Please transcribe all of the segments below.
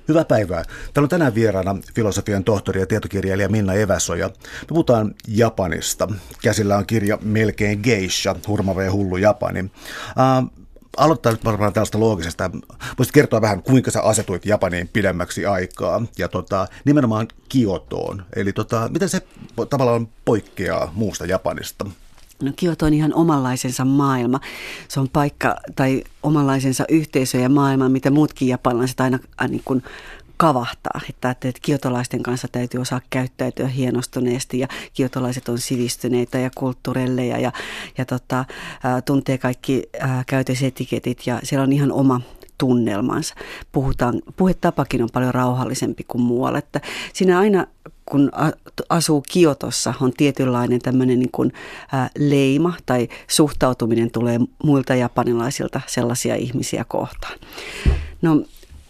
Hyvää päivää. Täällä on tänään vieraana filosofian tohtori ja tietokirjailija Minna Eväsoja. Me puhutaan Japanista. Käsillä on kirja Melkein geisha, hurmava ja hullu Japani. Aloittaa nyt varmaan tällaista loogisesta. Voisit kertoa vähän, kuinka sä asetuit Japaniin pidemmäksi aikaa ja nimenomaan Kiotoon. Eli miten se tavallaan poikkeaa muusta Japanista? No Kioto on ihan omanlaisensa maailma. Se on paikka tai omanlaisensa yhteisö ja maailma, mitä muutkin japanilaiset aina niin kuin kavahtaa. Että kiotolaisten kanssa täytyy osaa käyttäytyä hienostuneesti ja kiotolaiset on sivistyneitä ja kulttuurelleja ja tuntee kaikki käytösetiketit ja siellä on ihan oma tunnelmansa. Puhetapakin on paljon rauhallisempi kuin muualla. Että siinä aina kun asuu Kiotossa, on tietynlainen tämmöinen niin kuin leima tai suhtautuminen tulee muilta japanilaisilta sellaisia ihmisiä kohtaan. No,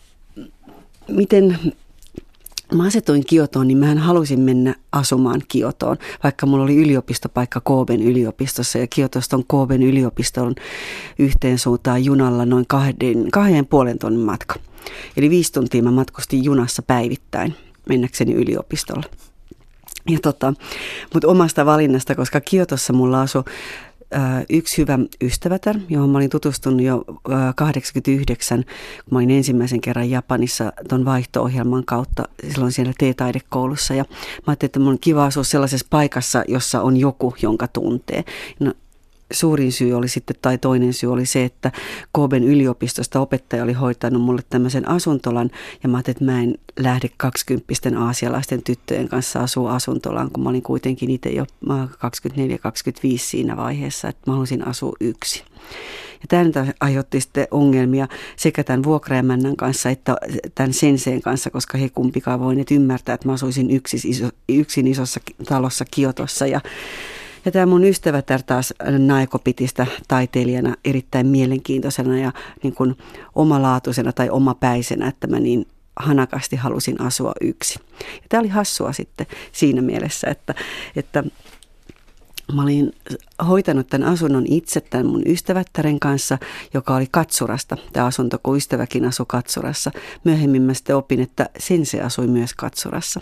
miten mä asetuin Kiotoon, niin mähän halusin mennä asumaan Kiotoon, vaikka mulla oli yliopistopaikka Koben yliopistossa ja Kiotosta on Koben yliopiston yhteen suuntaan junalla noin 2,5 tonnin matka. Eli 5 tuntia mä matkustin junassa päivittäin mennäkseni yliopistolle. Mutta omasta valinnasta, koska Kiotossa mulla asui yksi hyvä ystävätär, johon mä olin tutustunut jo 89, kun mä olin ensimmäisen kerran Japanissa ton vaihto-ohjelman kautta silloin siellä T-taidekoulussa. Ja mä ajattelin, että mun on kiva asua sellaisessa paikassa, jossa on joku, jonka tuntee. No, suurin syy oli sitten, tai toinen syy oli se, että Koben yliopistosta opettaja oli hoitanut mulle tämmöisen asuntolan, ja mä ajattelin, että mä en lähde 20-pisten aasialaisten tyttöjen kanssa asua asuntolaan, kun mä olin kuitenkin itse jo 24-25 siinä vaiheessa, että mä halusin asua yksin. Ja tämä nyt aiheutti sitten ongelmia sekä tämän vuokraemännän kanssa että tämän senseen kanssa, koska he kumpikaan voineet ymmärtää, että mä asuisin yksin isossa talossa Kiotossa. Ja tämä mun ystävätär taas Naeko piti sitä taiteilijana erittäin mielenkiintoisena ja niin kuin omalaatuisena tai omapäisenä, että mä niin hanakasti halusin asua yksin. Ja tämä oli hassua sitten siinä mielessä, että mä olin hoitanut tämän asunnon itse tämän mun ystävättären kanssa, joka oli Katsurasta. Tämä asunto, kun ystäväkin asui Katsurassa. Myöhemmin mä sitten opin, että sensei asui myös Katsurassa.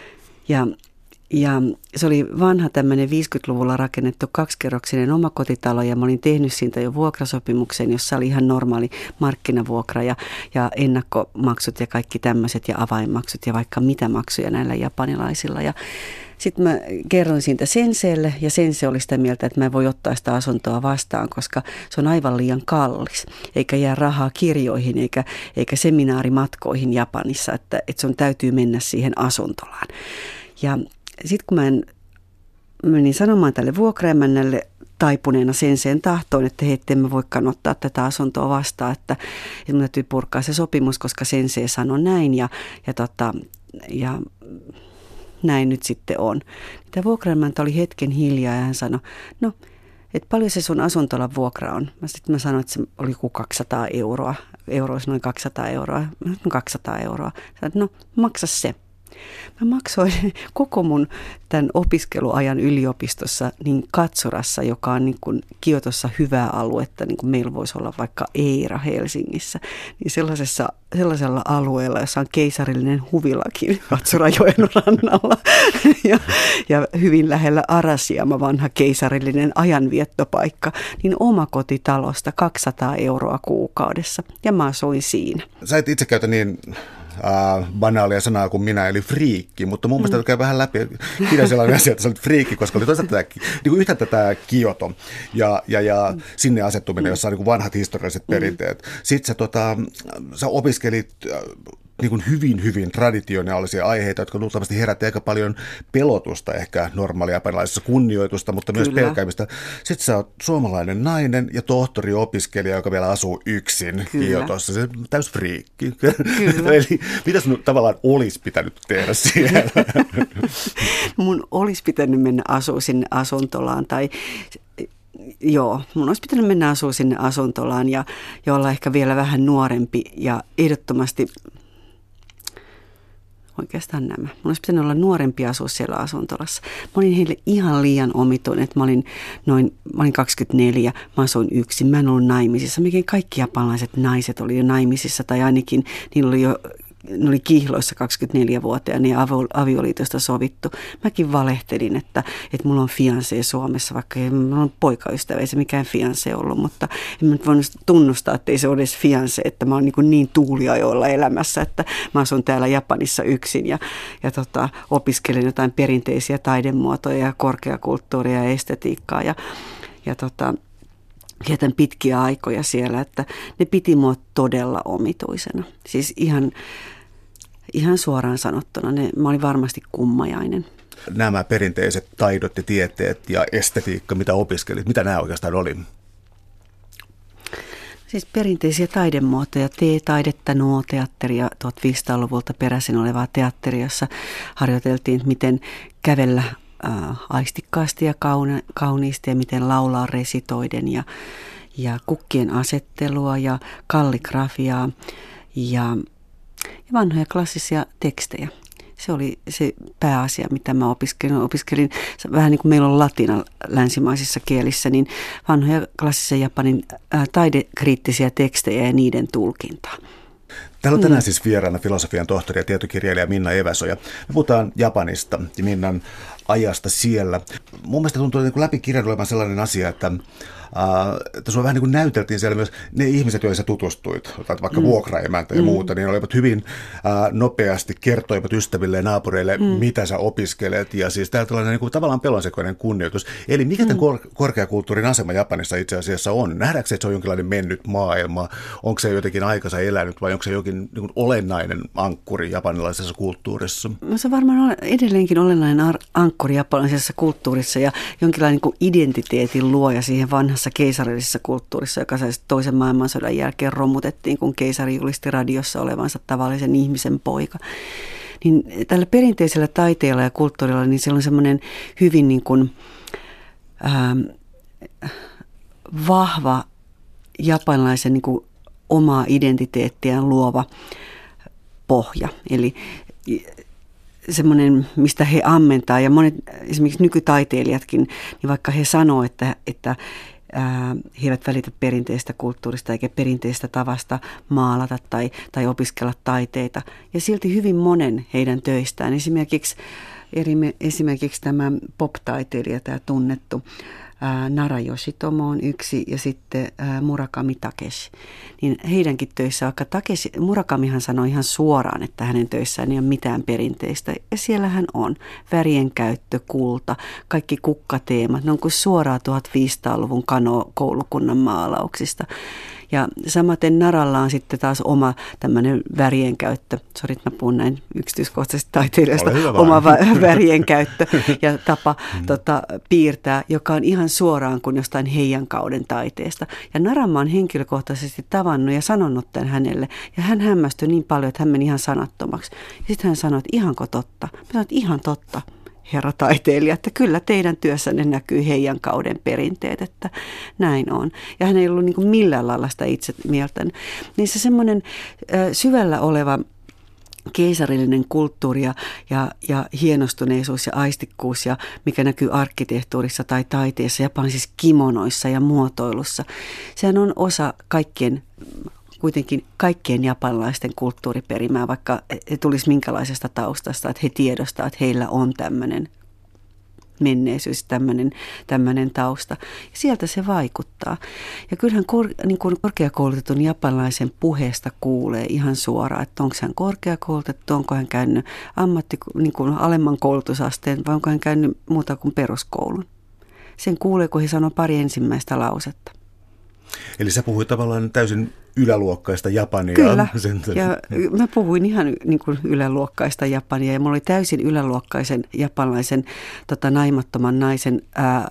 Ja se oli vanha tämmöinen 50-luvulla rakennettu 2-kerroksinen omakotitalo ja mä olin tehnyt siitä jo vuokrasopimuksen, jossa oli ihan normaali markkinavuokra ja ennakkomaksut ja kaikki tämmöiset ja avainmaksut ja vaikka mitä maksuja näillä japanilaisilla. Ja sitten mä kerroin siitä senseelle ja sense oli sitä mieltä, että mä en voi ottaa sitä asuntoa vastaan, koska se on aivan liian kallis, eikä jää rahaa kirjoihin eikä seminaarimatkoihin Japanissa, että sun täytyy mennä siihen asuntolaan. Ja sitten kun mä menin sanomaan tälle vuokraemännälle taipuneena senseen tahtoon, että hei, emme voikaan ottaa tätä asuntoa vastaan, että mun täytyy purkaa se sopimus, koska sensee sanoi näin ja näin nyt sitten on. Tämä vuokraemäntä oli hetken hiljaa ja hän sanoi, no, että paljon se sun asuntolan vuokra on. Sitten mä sanoin, että se oli kuin 200 euroa. Euroissa noin 200 euroa. 200 euroa. Sanoin, no, maksa se. Mä maksoin koko mun tämän opiskeluajan yliopistossa niin Katsurassa, joka on niin kuin Kiotossa hyvää aluetta, niin kuin meillä voisi olla vaikka Eira Helsingissä, niin sellaisella alueella, jossa on keisarillinen huvilakin Katsurajoen rannalla ja hyvin lähellä Arasiama, vanha keisarillinen ajanviettopaikka, niin omakotitalosta 200 euroa kuukaudessa ja mä asuin siinä. Sä et itse käytä niin banaalia sanaa kuin minä, eli friikki, mutta mun mielestä käy vähän läpi. Pidän sellainen asia, että sä olet friikki, koska oli toisaalta niin yhtä tätä Kioto ja sinne asettuminen, jossa on niin vanhat historialliset perinteet. Sitten sä opiskelit niin kuin hyvin traditionaalisia aiheita, jotka luultavasti herätti aika paljon pelotusta ehkä normaalia japanilaisessa kunnioitusta, mutta myös pelkäämistä. Sitten sä oot suomalainen nainen ja tohtori-opiskelija, joka vielä asuu yksin Kiotossa. Se on täys friikki. Eli mitä sun tavallaan olisi pitänyt tehdä siellä? Mun olisi pitänyt mennä asua sinne asuntolaan tai joo, mun olisi pitänyt mennä asua sinne asuntolaan ja olla ehkä vielä vähän nuorempi ja ehdottomasti oikeastaan nämä. Mun olisi pitänyt olla nuorempi asua siellä asuntolassa. Mä olin heille ihan liian omituinen, että mä olin 24, mä asuin yksin, mä en ollut naimisissa. Melkein kaikki japanilaiset naiset oli jo naimisissa tai ainakin niillä oli jo ne oli kihloissa 24-vuotiaana ja avioliitosta sovittu. Mäkin valehtelin, että mulla on fiancé Suomessa, vaikka mulla on poikaystävä, ei se mikään fiancé ollut, mutta en mä nyt voinut tunnustaa, että ei se ole edes fiancé, että mä oon niin tuuliajoilla elämässä, että mä asun täällä Japanissa yksin ja opiskelen jotain perinteisiä taidemuotoja ja korkeakulttuuria ja estetiikkaa ja vietän pitkiä aikoja siellä, että ne piti mua todella omituisena. Siis ihan suoraan sanottuna, mä olin varmasti kummajainen. Nämä perinteiset taidot ja tieteet ja estetiikka, mitä opiskelit, mitä nämä oikeastaan oli? Siis perinteisiä taidemuotoja, teetaidetta, nuoteatteria, 1500-luvulta peräisin olevaa teatteria, jossa harjoiteltiin, miten kävellä aistikkaasti ja kauniisti ja miten laulaa resitoiden ja kukkien asettelua ja kalligrafiaa ja vanhoja klassisia tekstejä. Se oli se pääasia, mitä mä opiskelin vähän niin kuin meillä on latina länsimaisissa kielissä, niin vanhoja klassisia Japanin taidekriittisiä tekstejä ja niiden tulkintaa. Täällä on tänään siis vieraana filosofian tohtori ja tietokirjailija Minna Eväsoja. Me puhutaan Japanista ja Minnan ajasta siellä. Mun mielestä tuntuu niin kuin läpi olevan sellainen asia, että sulla vähän niin kuin näyteltiin siellä myös ne ihmiset, joihin sä tutustuit, vaikka vuokraemäntä ja muuta, niin olivat hyvin nopeasti kertoivat ystäville ja naapureille, mitä sä opiskelet. Ja siis täällä tällainen niin kuin tavallaan pelonsekoinen kunnioitus. Eli mikä tämän korkeakulttuurin asema Japanissa itse asiassa on? Nähdäänkö, että se on jonkinlainen mennyt maailma? Onko se jotenkin aikansa elänyt vai onko se jokin niin kuin olennainen ankkuri japanilaisessa kulttuurissa? No se varmaan on edelleenkin olennainen ankkuri japanilaisessa kulttuurissa ja jonkinlainen niin kuin identiteetin luoja siihen vanhassa keisarillisessa kulttuurissa, joka toisen maailmansodan jälkeen romutettiin, kun keisari julisti radiossa olevansa tavallisen ihmisen poika. Niin tällä perinteisellä taiteella ja kulttuurilla, niin siellä on semmoinen hyvin niin kuin, vahva japanilaisen niin kuin omaa identiteettiään luova pohja. Eli semmoinen, mistä he ammentaa, ja monet esimerkiksi nykytaiteilijatkin, niin vaikka he sanoo, että he eivät välitä perinteistä kulttuurista eikä perinteistä tavasta maalata tai opiskella taiteita. Ja silti hyvin monen heidän töistään, esimerkiksi tämä pop-taiteilija, tämä tunnettu Nara Yoshitomo on yksi ja sitten Murakami Takeshi. Niin heidänkin töissä, vaikka Murakamihan sanoi ihan suoraan, että hänen töissään ei ole mitään perinteistä. Ja siellä hän on. Värien käyttö, kulta, kaikki kukkateemat. Ne on kuin suoraan 1500-luvun koulukunnan maalauksista. Ja samaten Naralla on sitten taas oma tämmöinen värien käyttö. Sori, mä puhun näin yksityiskohtaisesti taiteilijasta. Oma värien käyttö ja tapa piirtää, joka on ihan suoraan kuin jostain heidän kauden taiteesta. Ja Naran mä oon henkilökohtaisesti tavannut ja sanonut tämän hänelle. Ja hän hämmästyi niin paljon, että hän meni ihan sanattomaksi. Ja sitten hän sanoi, että ihanko totta? Mä sanoin, että ihan totta. Herra taiteilija, että kyllä teidän työssänne näkyy heidän kauden perinteet, että näin on. Ja hän ei ollut niin kuin millään lailla sitä itse mieltä. Niin se semmoinen syvällä oleva keisarillinen kulttuuri ja hienostuneisuus ja aistikkuus, ja mikä näkyy arkkitehtuurissa tai taiteessa, japanisissa kimonoissa ja muotoilussa, sehän on osa kuitenkin kaikkien japanilaisten kulttuuriperimää, vaikka he tulisi minkälaisesta taustasta, että he tiedostaa, että heillä on tämmöinen menneisyys, tämmöinen tausta. Ja sieltä se vaikuttaa. Ja kyllähän niin kuin korkeakoulutetun japanilaisen puheesta kuulee ihan suoraan, että onko hän korkeakoulutettu, onko hän käynyt niin kuin alemman koulutusasteen vai onko hän käynyt muuta kuin peruskoulun. Sen kuulee, kun he sanoo pari ensimmäistä lausetta. Eli sä puhuit tavallaan täysin yläluokkaista japania. Kyllä, ja mä puhuin ihan niin kuin yläluokkaista japania, ja mulla oli täysin yläluokkaisen japanilaisen naimattoman naisen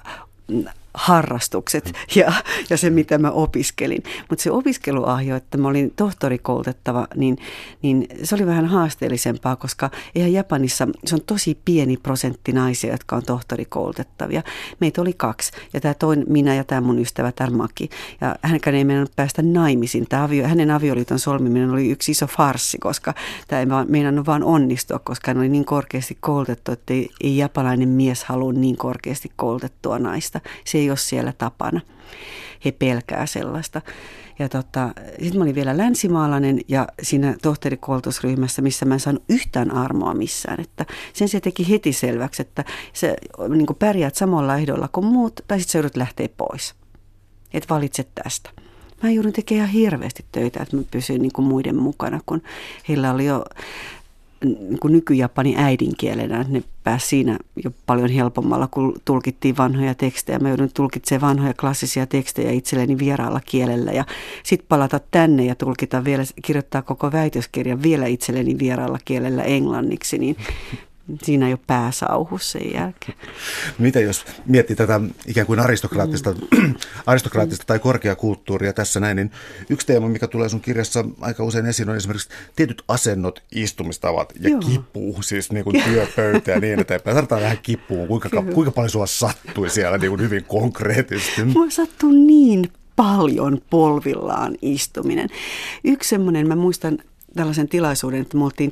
harrastukset ja se, mitä mä opiskelin. Mutta se opiskeluahjo, että mä olin tohtorikoulutettava, niin se oli vähän haasteellisempaa, koska eihän Japanissa, se on tosi pieni prosentti naisia, jotka on tohtorikoulutettavia. Meitä oli 2, ja minä ja tämä mun ystävä Maki. Ja hänkään ei meinannut päästä naimisiin. Hänen avioliiton solmiminen oli yksi iso farssi, koska tämä ei meinannut vaan onnistua, koska hän oli niin korkeasti koulutettu, että ei japanainen mies halua niin korkeasti koulutettua naista. Se ei ole siellä tapana. He pelkää sellaista. Ja sitten mä olin vielä länsimaalainen ja siinä tohtorikoulutusryhmässä, missä mä en saanut yhtään armoa missään. Että sen se teki heti selväksi, että sä niin kuin pärjäät samalla ehdolla kuin muut tai sitten sä joudut lähteä pois. Et valitse tästä. Mä joudun tekemään ihan hirveästi töitä, että mä pysyin niin kuin muiden mukana, kun heillä oli jo niin kuin nyky-Japanin äidinkielenä. Ne pääsi siinä jo paljon helpommalla, kun tulkittiin vanhoja tekstejä. Mä joudun tulkitsemaan vanhoja klassisia tekstejä itselleni vieraalla kielellä ja sitten palata tänne ja tulkita vielä, kirjoittaa koko väitöskirjan vielä itselleni vieraalla kielellä englanniksi, niin siinä ei ole pääsauhus sen jälkeen. Mitä jos miettii tätä ikään kuin aristokraattista tai korkeakulttuuria tässä näin, niin yksi teema, mikä tulee sun kirjassa aika usein esiin, on esimerkiksi tietyt asennot, istumistavat ja kipu, siis niin kuin työpöytä ja niin eteenpäin. Tarvitaan vähän kipuun. Kuinka paljon sua sattui siellä niin kuin hyvin konkreettisesti? Mua sattuu niin paljon polvillaan istuminen. Yksi semmoinen, mä muistan tällaisen tilaisuuden, että me oltiin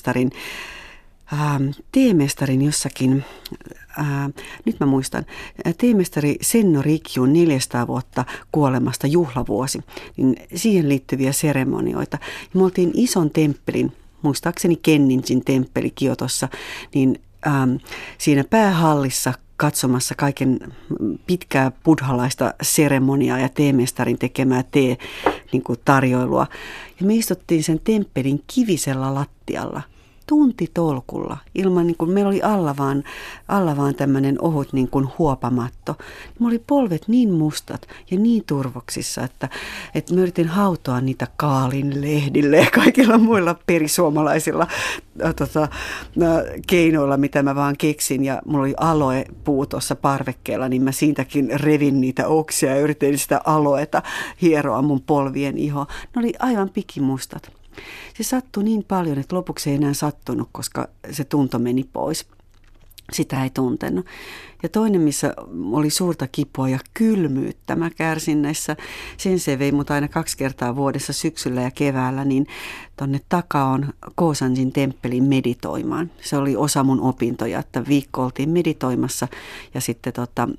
teemestarin jossakin, nyt mä muistan, teemestari Senno Rikjun 400 vuotta kuolemasta juhlavuosi, niin siihen liittyviä seremonioita. Ja me oltiin ison temppelin, muistaakseni Kenninjin temppeli Kiotossa, niin siinä päähallissa katsomassa kaiken pitkää buddhalaista seremoniaa ja teemestarin tekemää tarjoilua. Ja me istuttiin sen temppelin kivisellä lattialla. Tuntitolkulla, ilman niin kuin meillä oli alla vaan tämmöinen ohut niin kuin huopamatto. Mulla oli polvet niin mustat ja niin turvoksissa, että mä yritin hautoa niitä Kaalin lehdille ja kaikilla muilla perisuomalaisilla keinoilla, mitä mä vaan keksin. Ja mulla oli aloepuu tuossa parvekkeella, niin mä siitäkin revin niitä oksia ja yritin sitä aloeta hieroa mun polvien ihoa. Ne oli aivan pikimustat. Se sattui niin paljon, että lopuksi ei enää sattunut, koska se tunto meni pois. Sitä ei tuntenut. Ja toinen, missä oli suurta kipua ja kylmyyttä, mä kärsin näissä, sen se vei mut aina 2 kertaa vuodessa syksyllä ja keväällä, niin tonne Takaon Koosanjin temppeliin meditoimaan. Se oli osa mun opintoja, että viikko oltiin meditoimassa ja sitten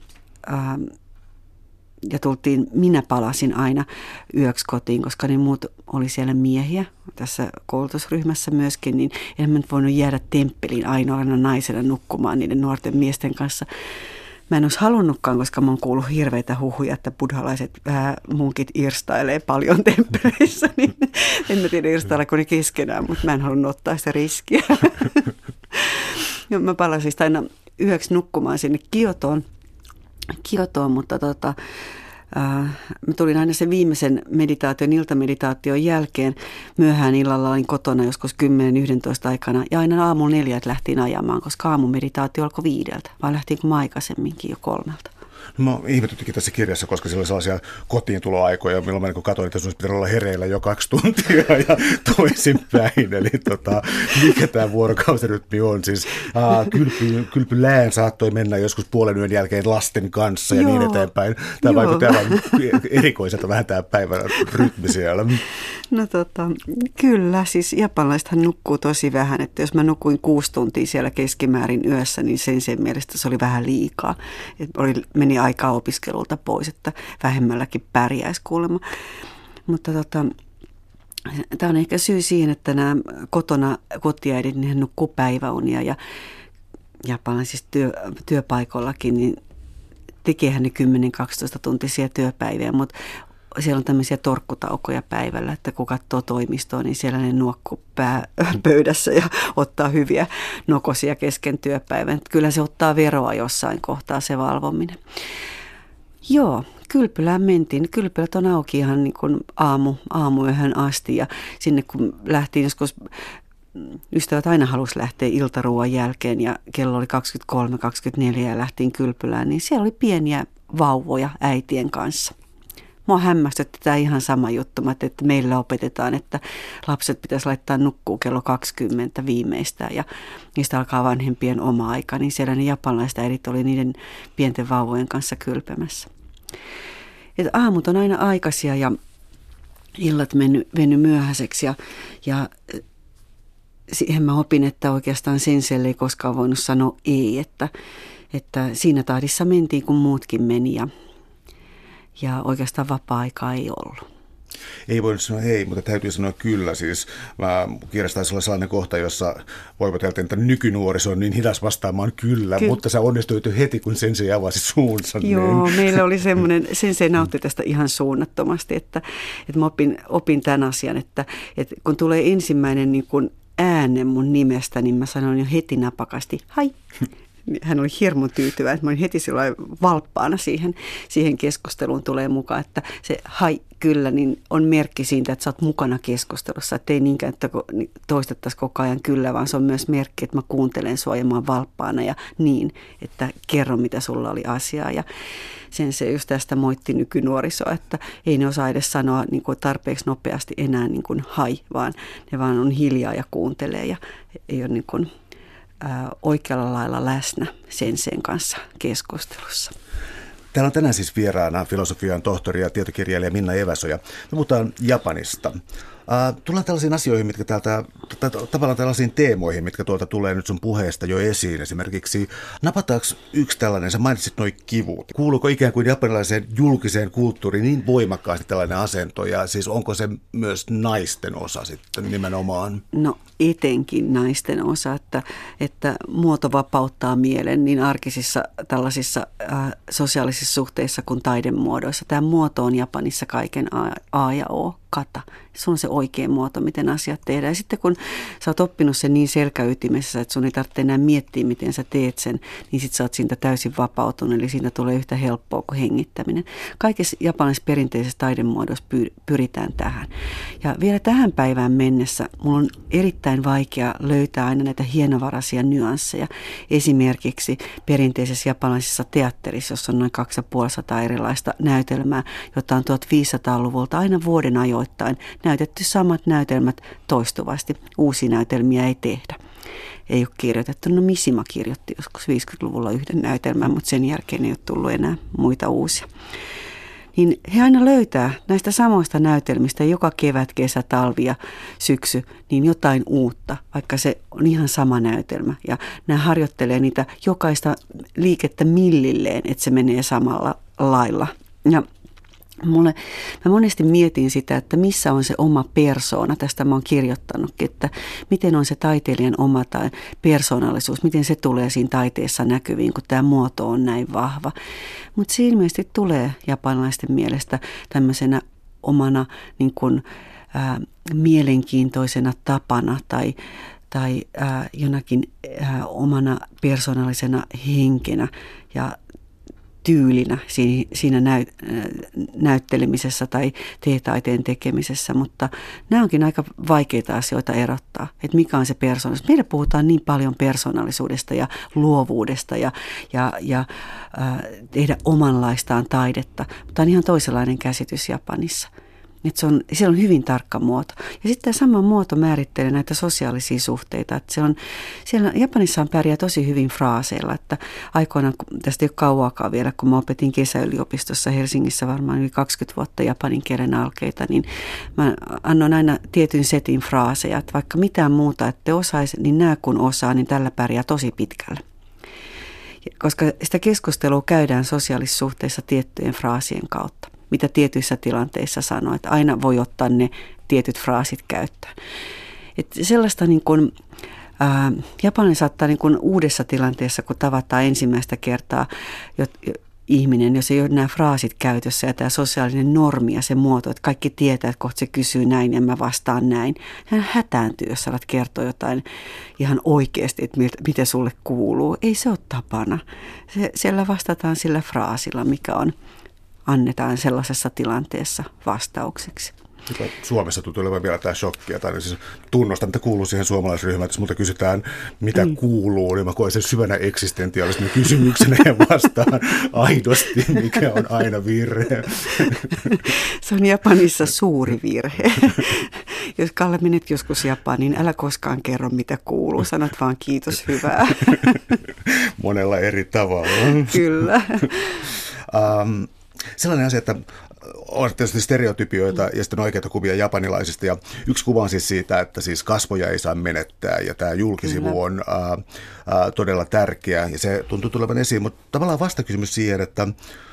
ja minä palasin aina yöksi kotiin, koska ne muut oli siellä miehiä tässä koulutusryhmässä myöskin, niin en mä nyt voinut jäädä temppeliin ainoana naisena nukkumaan niiden nuorten miesten kanssa. Mä en olisi halunnutkaan, koska mä oon kuullut hirveitä huhuja, että buddhalaiset munkit irstailee paljon temppeleissä, niin en mä tiedä irstaileeko ne keskenään, mutta mä en halunnut ottaa sitä riskiä. Ja mä palasin aina yöksi nukkumaan sinne Kiotoon, mutta mä tulin aina sen viimeisen iltameditaation jälkeen. Myöhään illalla olin kotona joskus 10-11 aikana ja aina aamulla 4 lähtiin ajamaan, koska aamumeditaatio alkoi 5, vai lähtiinkö mä aikaisemminkin jo 3? No, mä ihmetyttikin tässä kirjassa, koska siellä oli sellaisia kotiintuloaikoja, milloin mä katsoin, että sun pitää olla hereillä jo 2 tuntia ja toisinpäin. Eli mikä tämä vuorokausirytmi on? Siis kylpylään saattoi mennä joskus puolen yön jälkeen lasten kanssa ja niin eteenpäin. Tämä vaikuttaa aivan erikoiselta vähän tämä päivän rytmi siellä. No kyllä, siis japanilaisethan nukkuu tosi vähän, että jos mä nukuin 6 tuntia siellä keskimäärin yössä, niin sen mielestä se oli vähän liikaa. Meni aikaa opiskelulta pois, että vähemmälläkin pärjäisi kuulemma. Mutta tämä on ehkä syy siihen, että nämä kotiäidit, niin he nukkuu päiväunia ja japanilaisissa työpaikollakin, niin tekeehän ne 10-12 tuntisia työpäiviä, mutta siellä on tämmöisiä torkkutaukoja päivällä, että kun katsoo toimistoa, niin siellä ne nuokkuu pöydässä ja ottaa hyviä nokosia kesken työpäivän. Kyllä se ottaa veroa jossain kohtaa se valvominen. Joo, kylpylään mentiin. Kylpylät on auki ihan niin kuin aamuyöhön asti ja sinne kun lähtiin joskus, ystävät aina halusi lähteä iltaruuan jälkeen ja kello oli 23-24 ja lähtiin kylpylään, niin siellä oli pieniä vauvoja äitien kanssa. Mua hämmästytti tämä ihan sama juttu, että meillä opetetaan, että lapset pitäisi laittaa nukkuu kello 20 viimeistään ja niistä alkaa vanhempien oma aika, niin siellä ne japanilaiset äidit oli niiden pienten vauvojen kanssa kylpemässä. Et aamut on aina aikaisia ja illat mennyt myöhäiseksi ja siihen mä opin, että oikeastaan senseille ei koskaan voinut sanoa ei, että Että siinä tahdissa mentiin, kun muutkin meni ja oikeastaan vapaa-aikaa ei ollut. Ei voi nyt sanoa ei, mutta täytyy sanoa kyllä. Siis kirjassa taisi olla sellainen kohta, jossa voivoteltiin, että nykynuoriso on niin hidas vastaamaan kyllä, mutta sä onnistuit jo heti, kun Sensei avasi suunsa. Joo, meillä oli semmoinen, Sensei nautti tästä ihan suunnattomasti, että mä opin tämän asian, että kun tulee ensimmäinen niin kun ääne mun nimestä, niin mä sanoin jo heti napakasti, hai. Hän oli hirmun tyytyväinen, että mä olin heti silloin valppaana siihen keskusteluun tulee mukaan, että se hai kyllä niin on merkki siitä, että sä oot mukana keskustelussa, että ei niinkään, että toistettaisiin koko ajan kyllä, vaan se on myös merkki, että mä kuuntelen sua ja mä oon valppaana ja niin, että kerro mitä sulla oli asiaa ja se just tästä moitti nykynuorisoa, että ei ne osaa edes sanoa niin kuin tarpeeksi nopeasti enää niin kuin hai, vaan ne vaan on hiljaa ja kuuntelee ja ei ole niin kuin oikealla lailla läsnä Senseen kanssa keskustelussa. Täällä on tänään siis vieraana filosofian tohtori ja tietokirjailija Minna Eväsoja. Me puhutaan Japanista. Tullaan tällaisiin asioihin, mitkä tavallaan tällaisiin teemoihin, mitkä tuolta tulee nyt sun puheesta jo esiin. Esimerkiksi napataanko yksi tällainen, sä mainitsit noi kivut. Kuuluuko ikään kuin japanilaiseen julkiseen kulttuuriin niin voimakkaasti tällainen asento ja siis onko se myös naisten osa sitten nimenomaan? No etenkin naisten osa, että muoto vapauttaa mielen niin arkisissa tällaisissa sosiaalisissa suhteissa kuin taidemuodoissa. Tämä muoto on Japanissa kaiken A ja O. Kata. Se on se oikea muoto, miten asiat tehdään. Ja sitten kun sä oot oppinut sen niin selkäytimessä, että sun ei tarvitse enää miettiä, miten sä teet sen, niin sit sä oot siitä täysin vapautunut. Eli siitä tulee yhtä helppoa kuin hengittäminen. Kaikissa japanilaisissa perinteisissä taidemuodoissa pyritään tähän. Ja vielä tähän päivään mennessä mulla on erittäin vaikea löytää aina näitä hienovaraisia nyansseja. Esimerkiksi perinteisessä japanilaisessa teatterissa, jossa on noin 250 erilaista näytelmää, jota on 1500-luvulta aina vuoden ajoin näytetty samat näytelmät toistuvasti. Uusia näytelmiä ei tehdä. Ei ole kirjoitettu. No Mishima kirjoitti joskus 50-luvulla yhden näytelmän, mutta sen jälkeen ei ole tullut enää muita uusia. Niin he aina löytää näistä samoista näytelmistä joka kevät, kesä, talvi ja syksy niin jotain uutta, vaikka se on ihan sama näytelmä. Ja nämä harjoittelee niitä jokaista liikettä millilleen, että se menee samalla lailla. Ja mä monesti mietin sitä, että missä on se oma persoona. Tästä mä oon kirjoittanutkin, että miten on se taiteilijan oma tai persoonallisuus, miten se tulee siinä taiteessa näkyviin, kun tämä muoto on näin vahva. Mutta se ilmeisesti tulee japanilaisten mielestä tämmöisenä omana niin kuin, mielenkiintoisena tapana tai jonakin omana persoonallisena henkenä ja tyylinä siinä näyttelemisessä tai teetaiteen tekemisessä, mutta nämä onkin aika vaikeita asioita erottaa, että mikä on se persoonallisuus. Meillä puhutaan niin paljon persoonallisuudesta ja luovuudesta ja tehdä omanlaistaan taidetta, mutta on ihan toisenlainen käsitys Japanissa. Että siellä on hyvin tarkka muoto. Ja sitten tämä sama muoto määrittelee näitä sosiaalisia suhteita. Että siellä Japanissa pärjää tosi hyvin fraaseilla. Että aikoinaan, tästä ei ole kauaakaan vielä, kun mä opetin kesäyliopistossa Helsingissä varmaan yli 20 vuotta japanin kielen alkeita, niin mä annoin aina tietyn setin fraaseja. Että vaikka mitään muuta ette osaisi, niin nämä kun osaa, niin tällä pärjää tosi pitkälle. Koska sitä keskustelua käydään sosiaalisissa suhteissa tiettyjen fraasien kautta, mitä tietyissä tilanteissa sanoo, että aina voi ottaa ne tietyt fraasit käyttöön. Että sellaista niin kuin, Japani saattaa niin kuin uudessa tilanteessa, kun tavataan ensimmäistä kertaa ihminen, jos ei ole nämä fraasit käytössä ja tämä sosiaalinen normi ja se muoto, että kaikki tietää, että kohta se kysyy näin ja mä vastaan näin. Hän hätääntyy, jos alat kertoa jotain ihan oikeasti, että mitä sulle kuuluu. Ei se ole tapana. Siellä vastataan sillä fraasilla, mikä annetaan sellaisessa tilanteessa vastaukseksi. Suomessa tuntuu olevan vielä tämä shokkia, tai siis tunnustan, että kuuluu siihen suomalaisryhmään, että jos multa kysytään, mitä kuuluu, niin mä koen sen syvänä eksistentiaalisena kysymyksenä ja vastaan aidosti, mikä on aina virhe. Se on Japanissa suuri virhe. Jos Kalle menet joskus Japaniin, niin älä koskaan kerro, mitä kuuluu. Sanot vaan kiitos, hyvää. Monella eri tavalla. Kyllä. sellainen asia, että on tietysti stereotypioita ja sitten oikeita kuvia japanilaisista. Ja yksi kuva on siis siitä, että siis kasvoja ei saa menettää ja tämä julkisivu on todella tärkeä ja se tuntuu tulevan esiin. Mutta tavallaan vastakysymys siihen, että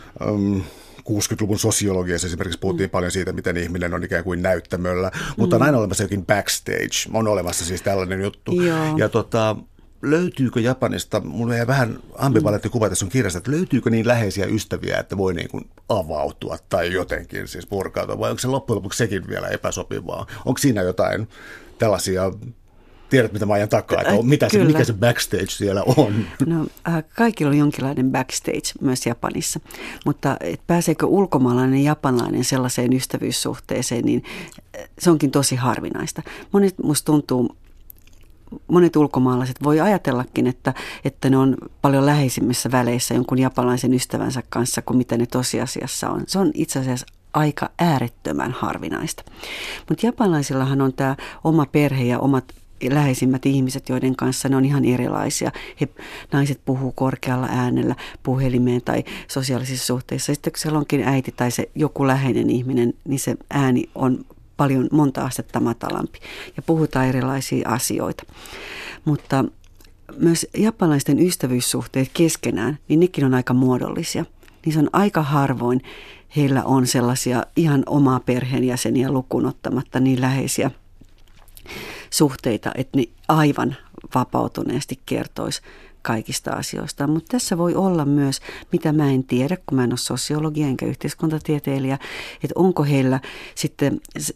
60-luvun sosiologiassa esimerkiksi puhuttiin paljon siitä, miten ihminen on ikään kuin näyttämöllä, mutta on aina olemassa jokin backstage. On olemassa siis tällainen juttu. Joo. Ja löytyykö Japanista, mulla jäi vähän ambivalentti kuva tässä on kirjassa, että löytyykö niin läheisiä ystäviä, että voi niin kuin avautua tai jotenkin siis purkautua, vai onko se loppujen lopuksi sekin vielä epäsopivaa? Onko siinä jotain tällaisia, tiedät mitä mä ajan takaa, että mikä se backstage siellä on? No, kaikilla on jonkinlainen backstage myös Japanissa, mutta pääseekö ulkomaalainen japanilainen sellaiseen ystävyyssuhteeseen, niin se onkin tosi harvinaista. Musta tuntuu, monet ulkomaalaiset voi ajatellakin, että ne on paljon läheisimmissä väleissä jonkun japanilaisen ystävänsä kanssa kuin mitä ne tosiasiassa on. Se on itse asiassa aika äärettömän harvinaista. Mutta japanilaisillahan on tämä oma perhe ja omat läheisimmät ihmiset, joiden kanssa ne on ihan erilaisia. Naiset puhuu korkealla äänellä puhelimeen tai sosiaalisissa suhteissa. Sitten kun siellä onkin äiti tai se joku läheinen ihminen, niin se ääni on paljon monta astetta matalampi ja puhutaan erilaisia asioita. Mutta myös japanilaisten ystävyyssuhteet keskenään, niin nekin on aika muodollisia. Niin se on aika harvoin heillä on sellaisia ihan omaa perheenjäseniä lukuun ottamatta niin läheisiä suhteita, että ne aivan vapautuneesti kertoisi kaikista asioista. Mutta tässä voi olla myös, mitä mä en tiedä, kun mä en ole sosiologia enkä yhteiskuntatieteilijä, että onko heillä sitten,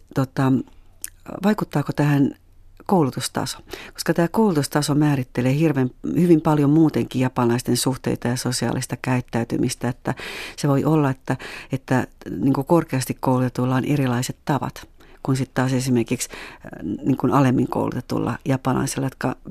vaikuttaako tähän koulutustaso, koska tämä koulutustaso määrittelee hyvin paljon muutenkin japanilaisten suhteita ja sosiaalista käyttäytymistä, että se voi olla, että niin kuin korkeasti koulutetuilla on erilaiset tavat, kun sitten taas esimerkiksi niin kuin alemmin koulutetulla japanilaisilla,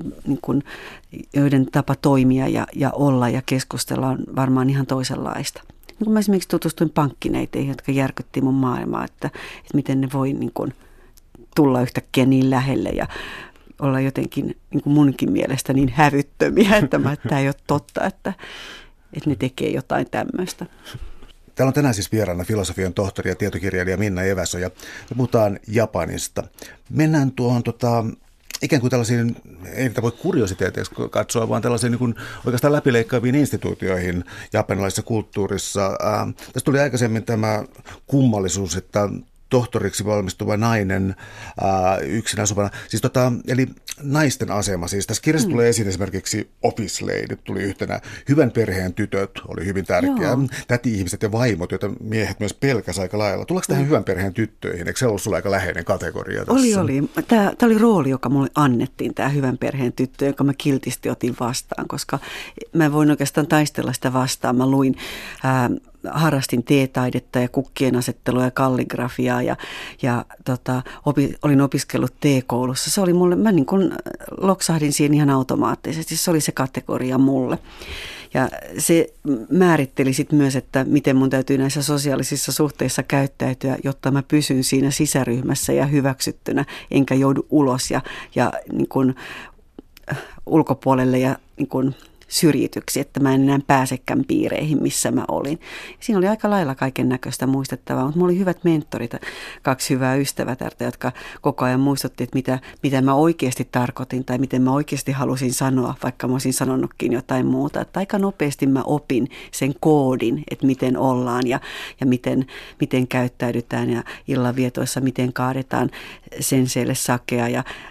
joiden tapa toimia ja olla ja keskustella on varmaan ihan toisenlaista. Niin kun mä esimerkiksi tutustuin pankkineiteihin, jotka järkytti mun maailmaa, että miten ne voi niin kuin tulla yhtäkkiä niin lähelle ja olla jotenkin niin kuin munkin mielestä niin hävyttömiä, että tämä ei ole totta, että ne tekee jotain tämmöistä. Täällä on tänään siis vieraana filosofian tohtori ja tietokirjailija Minna Eväsö ja me puhutaan Japanista. Mennään tuohon ikään kuin tällaisiin, ei niitä voi kuriositeeteiksi katsoa, vaan tällaisiin niin kuin oikeastaan läpileikkaaviin instituutioihin japanilaisessa kulttuurissa. Tässä tuli aikaisemmin tämä kummallisuus, että tohtoriksi valmistuva nainen yksin asuvana. Siis eli naisten asema. Siis tässä kirjassa tulee esiin esimerkiksi office lady, tuli yhtenä. Hyvän perheen tytöt oli hyvin tärkeää. Täti-ihmiset ja vaimot, joita miehet myös pelkäs aika lailla. Tuleeko tähän hyvän perheen tyttöihin? Eikö se ollut sulla aika läheinen kategoria tässä? Oli. Tämä oli rooli, joka mulle annettiin, tämä hyvän perheen tyttö, jonka mä kiltisti otin vastaan, koska mä voin oikeastaan taistella sitä vastaan. Mä luin harrastin teetaidetta ja kukkien asettelua ja kalligrafiaa ja olin opiskellut teekoulussa. Se oli mulle, mä niin kuin loksahdin siihen ihan automaattisesti. Se oli se kategoria mulle. Ja se määritteli sitten myös, että miten mun täytyy näissä sosiaalisissa suhteissa käyttäytyä, jotta mä pysyn siinä sisäryhmässä ja hyväksyttynä, enkä joudu ulos ja niin kuin ulkopuolelle ja niin kuin syrjityksi, että mä en enää pääsekään piireihin, missä mä olin. Siinä oli aika lailla kaiken näköistä muistettavaa, mutta mulla oli hyvät mentorit, 2 hyvää ystävätärtä, jotka koko ajan muistutti, että mitä mä oikeasti tarkoitin tai miten mä oikeasti halusin sanoa, vaikka mä olisin sanonutkin jotain muuta. Että aika nopeasti mä opin sen koodin, että miten ollaan ja miten käyttäydytään ja illanvietoissa miten kaadetaan senseille sakea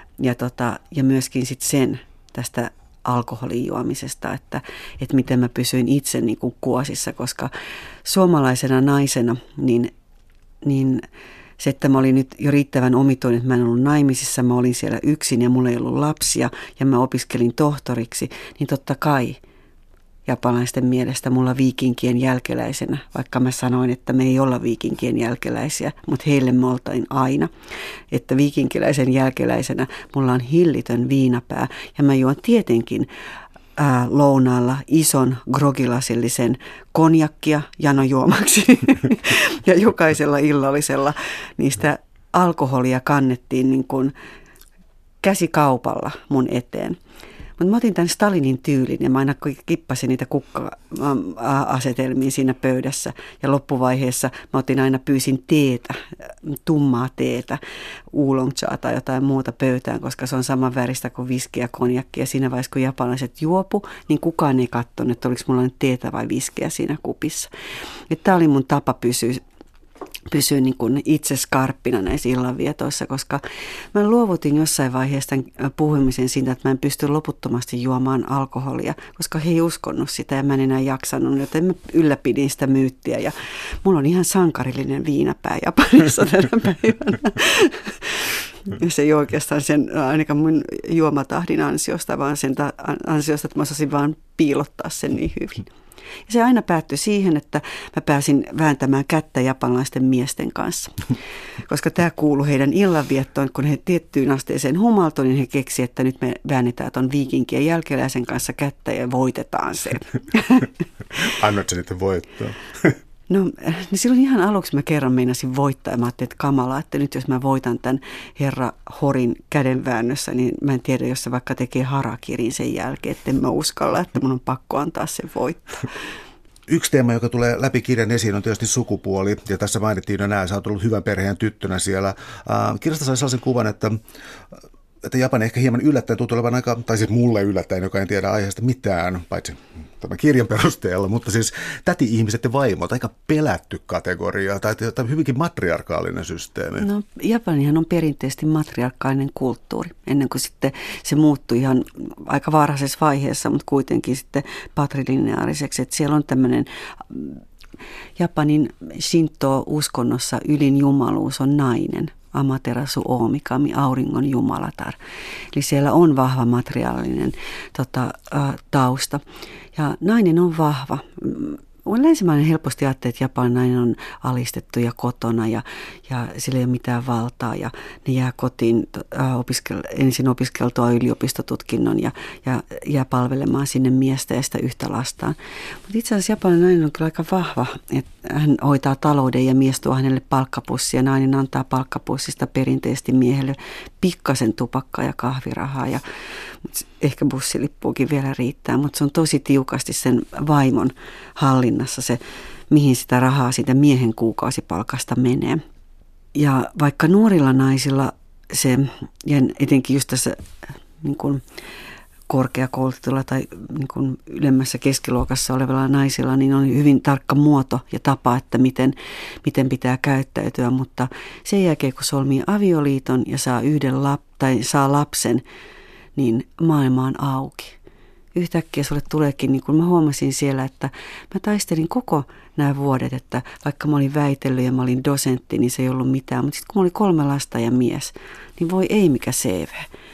ja myöskin sitten sen tästä alkoholin juomisesta, että miten mä pysyin itse niin kuin kuosissa, koska suomalaisena naisena, niin se, että mä olin nyt jo riittävän omituinen, että mä en ollut naimisissa, mä olin siellä yksin ja mulla ei ollut lapsia ja mä opiskelin tohtoriksi, niin totta kai japanilaisten mielestä mulla viikinkien jälkeläisenä, vaikka mä sanoin, että me ei olla viikinkien jälkeläisiä, mutta heille me oltiin aina. Että viikinkiläisen jälkeläisenä mulla on hillitön viinapää ja mä juon tietenkin lounaalla ison grogilasillisen konjakkia janojuomaksi ja jokaisella illallisella niistä alkoholia kannettiin niin kuin käsikaupalla mun eteen. Mutta mä otin tämän Stalinin tyylin ja mä aina kippasin niitä kukka-asetelmiin siinä pöydässä. Ja loppuvaiheessa mä pyysin teetä, tummaa teetä, oolong-chaa tai jotain muuta pöytään, koska se on saman väristä kuin viski ja konjakki. Ja siinä vaiheessa, kun japanilaiset juopu, niin kukaan ei katsonut, että oliko mulla nyt teetä vai viskiä siinä kupissa. Tämä oli mun tapa pysyä niin kuin itse skarppina näissä illanvietoissa, koska mä luovutin jossain vaiheessa tämän puhumisen siitä, että mä en pysty loputtomasti juomaan alkoholia, koska he ei uskonut sitä ja mä en enää jaksanut, joten mä ylläpidin sitä myyttiä ja mulla on ihan sankarillinen viinapää Japanissa tänä päivänä. Se ei oikeastaan sen, ainakaan mun juomatahdin ansiosta, vaan sen ansiosta, että mä osasin vaan piilottaa sen niin hyvin. Ja se aina päättyi siihen, että mä pääsin vääntämään kättä japanilaisten miesten kanssa. Koska tämä kuului heidän illanviettoon, kun he tiettyyn asteeseen humaltoi, niin he keksi, että nyt me väännetään ton viikinkien jälkeläisen kanssa kättä ja voitetaan sen. Annat sä niitä voittaa? No niin silloin ihan aluksi mä kerran meinasin voittaa ja mä ajattelin, että kamalaa, että nyt jos mä voitan tämän herra Horin kädenväännössä, niin mä en tiedä, jos se vaikka tekee harakirin sen jälkeen, että en mä uskalla, että mun on pakko antaa sen voittaa. Yksi teema, joka tulee läpi kirjan esiin, on tietysti sukupuoli, ja tässä mainittiin jo näin, sä oot ollut hyvän perheen tyttönä siellä. Kirjasta sai sellaisen kuvan, että Japani ehkä hieman yllättäen tuntuu olevan aika, tai siis mulle yllättäen, joka en tiedä aiheesta mitään, paitsi tämän kirjan perusteella, mutta siis täti-ihmiset ja vaimot, aika pelätty kategoria, tai hyvinkin matriarkaalinen systeemi. No Japanihan on perinteisesti matriarkaalinen kulttuuri, ennen kuin sitten se muuttui ihan aika varhaisessa vaiheessa, mutta kuitenkin sitten patrilineaariseksi, että siellä on tämmöinen Japanin Shinto-uskonnossa ylin jumaluus on nainen. Amaterasu Oomikami, auringon jumalatar. Eli siellä on vahva materiaalinen tausta. Ja nainen on vahva. Länsimainen helposti ajattelee, että Japanin nainen on alistettu ja kotona ja sillä ei ole mitään valtaa ja ne jää kotiin ensin opiskeltua yliopistotutkinnon ja jää palvelemaan sinne miestä ja sitä yhtä lastaan. Mutta itse asiassa Japanin nainen on kyllä aika vahva, että hän hoitaa talouden ja mies tuo hänelle palkkapussia ja nainen antaa palkkapussista perinteisesti miehelle pikkasen tupakkaa ja kahvirahaa ja ehkä bussilippuukin vielä riittää, mutta se on tosi tiukasti sen vaimon hallinnassa se, mihin sitä rahaa siitä miehen kuukausipalkasta menee. Ja vaikka nuorilla naisilla se, ja etenkin just tässä niin kuin korkeakoulutetulla tai niin kuin ylemmässä keskiluokassa olevilla naisilla, niin on hyvin tarkka muoto ja tapa, että miten pitää käyttäytyä, mutta sen jälkeen kun solmii avioliiton ja saa lapsen, niin maailma on auki. Yhtäkkiä sulle tuleekin, niin kuin mä huomasin siellä, että mä taistelin koko nämä vuodet, että vaikka mä olin väitellyt ja mä olin dosentti, niin se ei ollut mitään. Mutta sitten kun mä olin 3 lasta ja mies, niin voi ei mikä CV.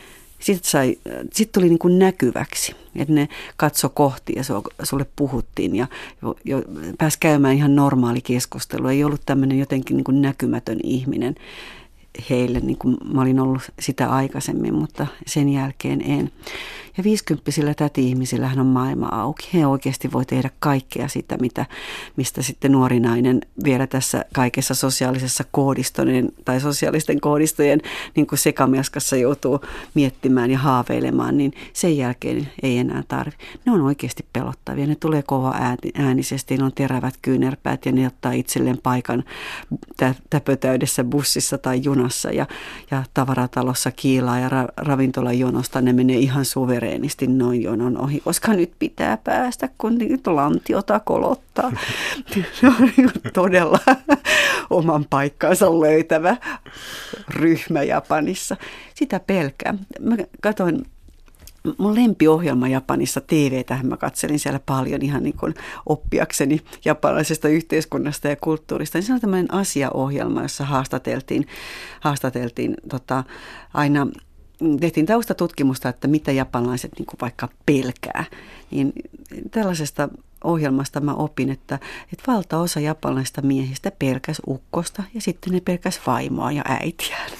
Sitten tuli niin kuin näkyväksi, että ne katso kohti ja sulle puhuttiin ja pääsi käymään ihan normaali keskustelu. Ei ollut tämmöinen jotenkin niin kuin näkymätön ihminen heille, niin kuin mä olin ollut sitä aikaisemmin, mutta sen jälkeen en. Ja 50-vuotiailla täti-ihmisillähän on maailma auki. He oikeasti voi tehdä kaikkea sitä, mistä sitten nuori nainen vielä tässä kaikessa sosiaalisessa tai sosiaalisten koodistojen niin kuin sekamiaskassa joutuu miettimään ja haaveilemaan, niin sen jälkeen ei enää tarvitse. Ne on oikeasti pelottavia. Ne tulee kova äänisesti, ne on terävät kyynärpäät ja ne ottaa itselleen paikan täpötäydessä bussissa tai junassa ja tavaratalossa kiilaa ja ravintolajonosta ne menee ihan suvereenisti noin jonon ohi, koska nyt pitää päästä, kun nyt lantiota kolottaa. Se on todella oman paikkansa löytävä ryhmä Japanissa. Sitä pelkää. Mä katsoin mun lempiohjelma Japanissa, TV:tähän mä katselin siellä paljon ihan niin kuin oppiakseni japanilaisesta yhteiskunnasta ja kulttuurista. Niin se on tämmöinen asiaohjelma, jossa haastateltiin aina, tehtiin taustatutkimusta, että mitä japanilaiset niin kuin vaikka pelkää. Niin tällaisesta ohjelmasta mä opin, että valtaosa japanilaisista miehistä pelkäs ukkosta ja sitten ne pelkäs vaimoa ja äitiään.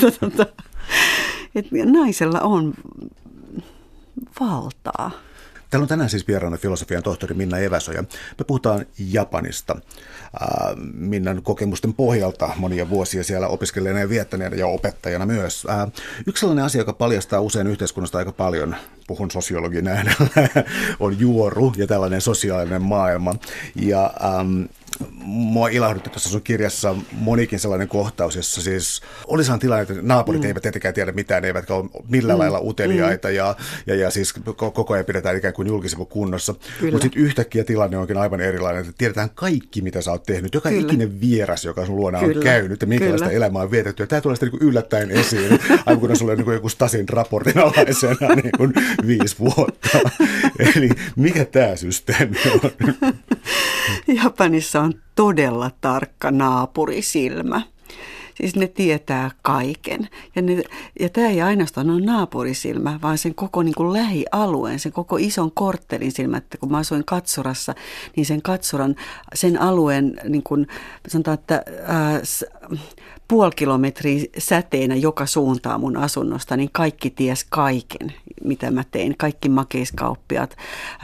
Että naisella on valtaa. Täällä on tänään siis vieraana filosofian tohtori Minna Eväsoja. Me puhutaan Japanista. Minnan kokemusten pohjalta monia vuosia siellä opiskelijana ja viettäneena ja opettajana myös. Yksi sellainen asia, joka paljastaa usein yhteiskunnasta aika paljon, puhun sosiologin äänellä, on juoru ja tällainen sosiaalinen maailma. Ja mua ilahdutti tuossa sun kirjassa monikin sellainen kohtaus, jossa siis oli sellainen tilanne, että naapurit eivät tietenkään tiedä mitään, eivätkä ole millään lailla uteliaita ja siis koko ajan pidetään ikään kuin julkisivun kunnossa. Mutta sitten yhtäkkiä tilanne onkin aivan erilainen, että tiedetään kaikki, mitä sä oot tehnyt, joka ikinen vieras, joka sun luona on käynyt ja minkälaista elämää on vietetty. Ja tämä tulee sitten niin yllättäen esiin, aivan kun sulla on niin joku Stasin raportin alaisena niin 5 vuotta. Eli mikä tämä systeemi on? Japanissa on todella tarkka naapurisilmä. Siis ne tietää kaiken. Ja tämä ei ainoastaan ole naapurisilmä, vaan sen koko niin kuin lähialueen, sen koko ison korttelin silmä. Että kun mä asuin Katsurassa, niin sen alueen, niin kuin sanotaan, että puoli kilometriä säteenä joka suuntaan mun asunnosta, niin kaikki ties kaiken, mitä mä tein. Kaikki makeiskauppiaat,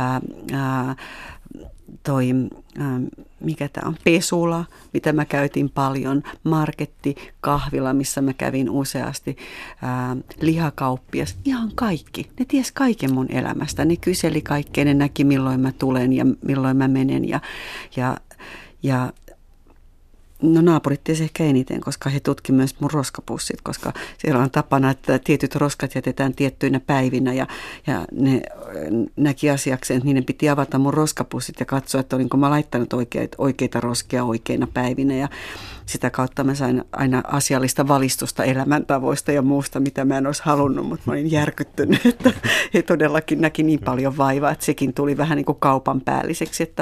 mikä tämä on, pesula, mitä mä käytin paljon, marketti, kahvila, missä mä kävin useasti, lihakauppias, ihan kaikki. Ne ties kaiken mun elämästä. Ne kyseli kaikkea, ne näki milloin mä tulen ja milloin mä menen ja no naapurit tiesi ehkä eniten, koska he tutkivat myös mun roskapussit, koska siellä on tapana, että tietyt roskat jätetään tiettyinä päivinä ja ne näki asiakseen, että niiden piti avata mun roskapussit ja katsoa, että olinko mä laittanut oikeita roskia oikeina päivinä ja sitä kautta mä sain aina asiallista valistusta elämäntavoista ja muusta, mitä mä en olisi halunnut, mutta mä olin järkyttynyt, että he todellakin näki niin paljon vaivaa, että sekin tuli vähän niin kuin kaupan päälliseksi, että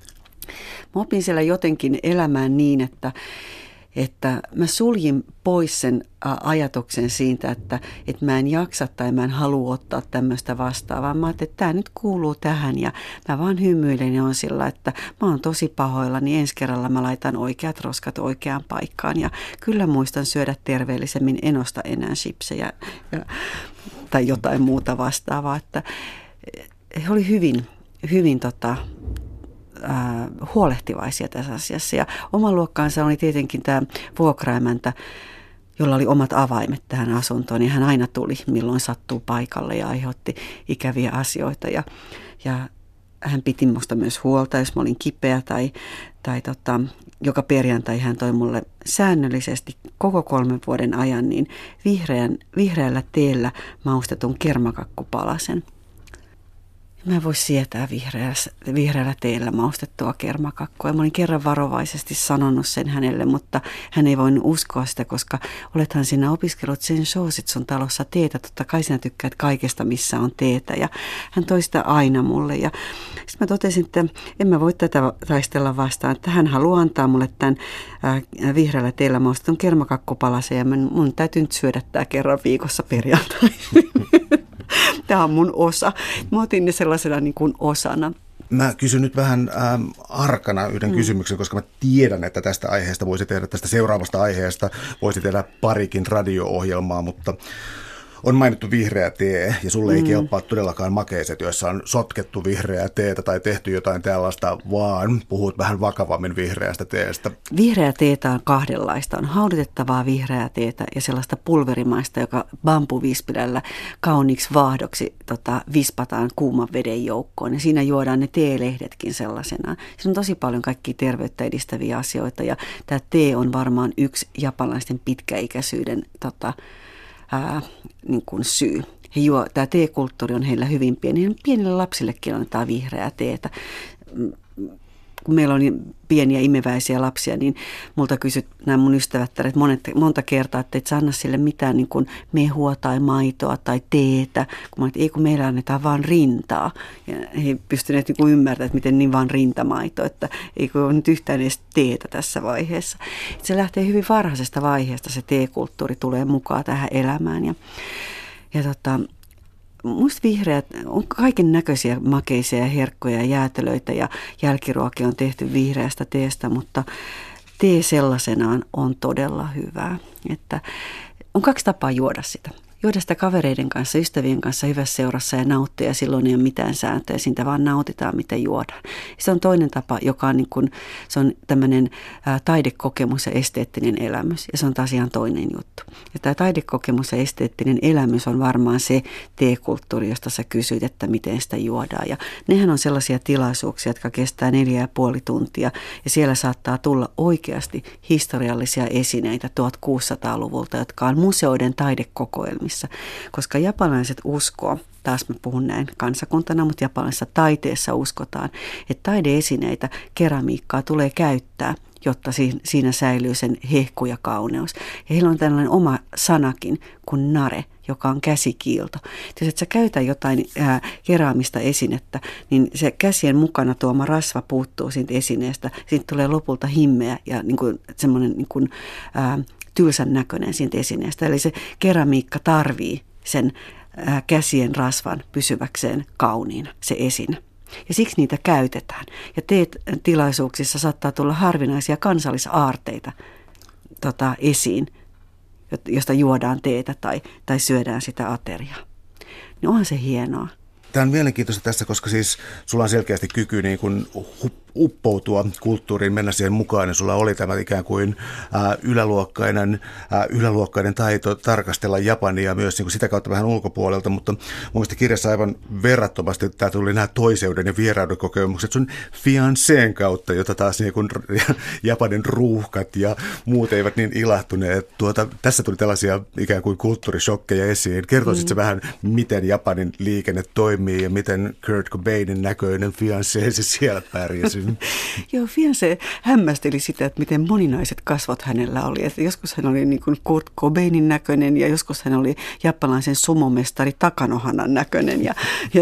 mä opin siellä jotenkin elämään niin, että mä suljin pois sen ajatuksen siitä, että mä en jaksa tai mä en halua ottaa tämmöistä vastaan, vaan mä ajattelin, että tämä nyt kuuluu tähän ja mä vaan hymyilen ja on sillä, että mä oon tosi pahoilla, niin ensi kerralla mä laitan oikeat roskat oikeaan paikkaan ja kyllä muistan syödä terveellisemmin, en osta enää chipsejä tai jotain muuta vastaavaa, että he oli hyvin huolehtivaisia tässä asiassa. Ja oman luokkaansa oli tietenkin tämä vuokraimäntä, jolla oli omat avaimet tähän asuntoon. Ja hän aina tuli, milloin sattuu paikalle ja aiheutti ikäviä asioita. Ja hän piti musta myös huolta, jos mä olin kipeä tai joka perjantai hän toi mulle säännöllisesti koko 3 vuoden ajan niin vihreällä teellä maustetun kermakakkupalasen. Mä en voi sietää vihreällä teellä maustettua kermakakkua. Mä olin kerran varovaisesti sanonut sen hänelle, mutta hän ei voinut uskoa sitä, koska olethan sinä opiskellut sen showsit sun talossa teetä. Totta kai sinä tykkäät kaikesta, missä on teetä. Ja hän toi sitä aina mulle. Ja sitten mä totesin, että en mä voi tätä taistella vastaan. Että hän haluaa antaa mulle tämän vihreällä teellä maustetun kermakakkupalasen. Ja mun täytyy nyt syödä tää kerran viikossa perjantaisin. Tämä on mun osa. Mä otin ne sellaisena niin kuin osana. Mä kysyn nyt vähän arkana yhden kysymyksen, koska mä tiedän, että tästä seuraavasta aiheesta voisi tehdä parikin radio-ohjelmaa, mutta on mainittu vihreä tee ja sulle ei kelpaa todellakaan makeiset, joissa on sotkettu vihreää teetä tai tehty jotain tällaista, vaan puhut vähän vakavammin vihreästä teestä. Vihreää teetä on kahdenlaista. On haudutettavaa vihreää teetä ja sellaista pulverimaista, joka bambuvispilellä kauniiksi vaahdoksi vispataan kuuman veden joukkoon. Ja siinä juodaan ne teelehdetkin sellaisenaan. Siinä on tosi paljon kaikkia terveyttä edistäviä asioita ja tämä tee on varmaan yksi japanilaisten pitkäikäisyyden niin kuin syy. Tämä teekulttuuri on heillä hyvin pieni. Pienille lapsillekin annetaan vihreää teetä. Kun meillä on niin pieniä imeväisiä lapsia, niin multa kysyt nämä mun ystävättäret monta kertaa, että et sä anna sille mitään niin kuin mehua tai maitoa tai teetä. Kun mä ei kun meillä annetaan vaan rintaa. Ja he ei pystyneet niin kuin ymmärtämään, että miten niin vaan rintamaito, että ei ole nyt yhtään edes teetä tässä vaiheessa. Et se lähtee hyvin varhaisesta vaiheesta, se teekulttuuri tulee mukaan tähän elämään. Ja musta vihreät on kaiken näköisiä makeisia ja herkkoja ja jäätelöitä ja jälkiruokia on tehty vihreästä teestä, mutta tee sellaisenaan on todella hyvää. Että on 2 tapaa juoda sitä. juoda sitä kavereiden kanssa, ystävien kanssa hyvässä seurassa ja nauttia, ja silloin ei ole mitään sääntöjä, siitä vaan nautitaan, mitä juodaan. Se on toinen tapa, joka on, niin kuin, se on tämmöinen taidekokemus ja esteettinen elämys, ja se on taas ihan toinen juttu. Ja tämä taidekokemus ja esteettinen elämys on varmaan se teekulttuuri, josta sä kysyit, että miten sitä juodaan. Ja nehän on sellaisia tilaisuuksia, jotka kestää 4,5 tuntia, ja siellä saattaa tulla oikeasti historiallisia esineitä 1600-luvulta, jotka on museoiden taidekokoelmissa, koska japanilaiset uskoo, taas mä puhun näin kansakuntana, mutta japanilaisessa taiteessa uskotaan, että taideesineitä, keramiikkaa tulee käyttää, jotta siinä säilyy sen hehku ja kauneus. Ja heillä on tällainen oma sanakin kuin nare, joka on käsikiilto. Jos et sä käytä jotain keraamista esinettä, niin se käsien mukana tuoma rasva puuttuu siitä esineestä. Siitä tulee lopulta himmeä ja niin kuin semmoinen niin kuin, tylsän näköinen siitä esineestä. Eli se keramiikka tarvii sen käsien rasvan pysyväkseen kauniina, se esine. Ja siksi niitä käytetään. Ja tilaisuuksissa saattaa tulla harvinaisia kansallisaarteita esiin, josta juodaan teetä tai syödään sitä ateriaa. Niin onhan se hienoa. Tämä on mielenkiintoista tässä, koska siis sulla on selkeästi kyky niin kuin uppoutua kulttuuriin, mennä siihen mukaan, ja sulla oli tämä ikään kuin yläluokkainen taito tarkastella Japania myös niin kuin sitä kautta vähän ulkopuolelta, mutta mun mielestä kirjassa aivan verrattomasti tämä tuli nämä toiseuden ja vierauden kokemukset sun fianceen kautta, jota taas niin kuin Japanin ruuhkat ja muut eivät niin ilahtuneet. Tässä tuli tällaisia ikään kuin kulttuurishokkeja esiin. Kertoisitko vähän, miten Japanin liikenne toimii ja miten Kurt Cobainin näköinen fianceesi siellä pärjäsi? Joo, fiancé hämmästeli sitä, että miten moninaiset kasvot hänellä oli. Että joskus hän oli niin kuin Kurt Cobainin näköinen ja joskus hän oli japanilaisen sumomestari Takanohanan näköinen. Ja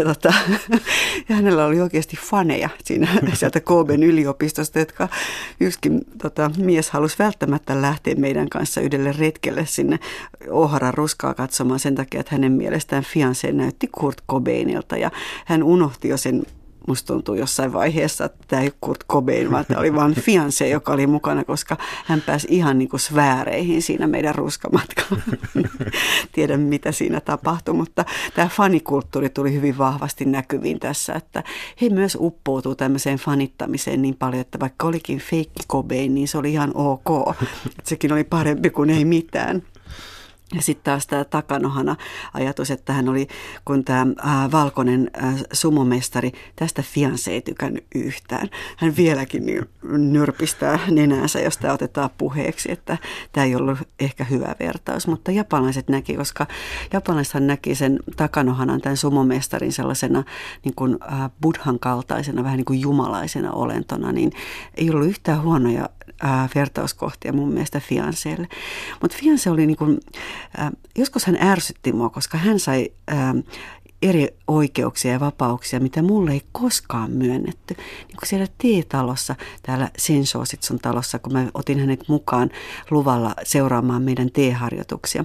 hänellä oli oikeasti faneja sieltä Koben yliopistosta, jotka yksikin mies halusi välttämättä lähteä meidän kanssa yhdelle retkelle sinne Oharan ruskaa katsomaan sen takia, että hänen mielestään fiancé näytti Kurt Cobainilta ja hän unohti jo sen. Musta tuntuu jossain vaiheessa, että tämä ei ole Kurt Cobain, vaan tämä oli vain fiancé, joka oli mukana, koska hän pääsi ihan niin kuin sfääreihin siinä meidän ruskamatkalla. Tiedän, mitä siinä tapahtui, mutta tämä fanikulttuuri tuli hyvin vahvasti näkyviin tässä, että he myös uppoutuu tämmöiseen fanittamiseen niin paljon, että vaikka olikin fake Cobain, niin se oli ihan ok. Että sekin oli parempi kuin ei mitään. Ja sitten taas tämä Takanohana-ajatus, että hän oli, kun tämä valkoinen sumomestari, tästä fiancé ei tykännyt yhtään. Hän vieläkin niin nyrpistää nenäänsä, jos tämä otetaan puheeksi, että tämä ei ollut ehkä hyvä vertaus. Mutta japanilaiset näki, koska japanilaisethan näki sen Takanohanan, tämän sumomestarin sellaisena niin kuin buddhan kaltaisena, vähän niin kuin jumalaisena olentona, niin ei ollut yhtään huonoja vertauskohtia mun mielestä fiancélle. Mutta fiancé oli niin kuin, joskus hän ärsytti mua, koska hän sai eri oikeuksia ja vapauksia, mitä mulle ei koskaan myönnetty. Niin kuin siellä teetalossa, täällä Senshōsitsun talossa, kun mä otin hänet mukaan luvalla seuraamaan meidän teeharjoituksia,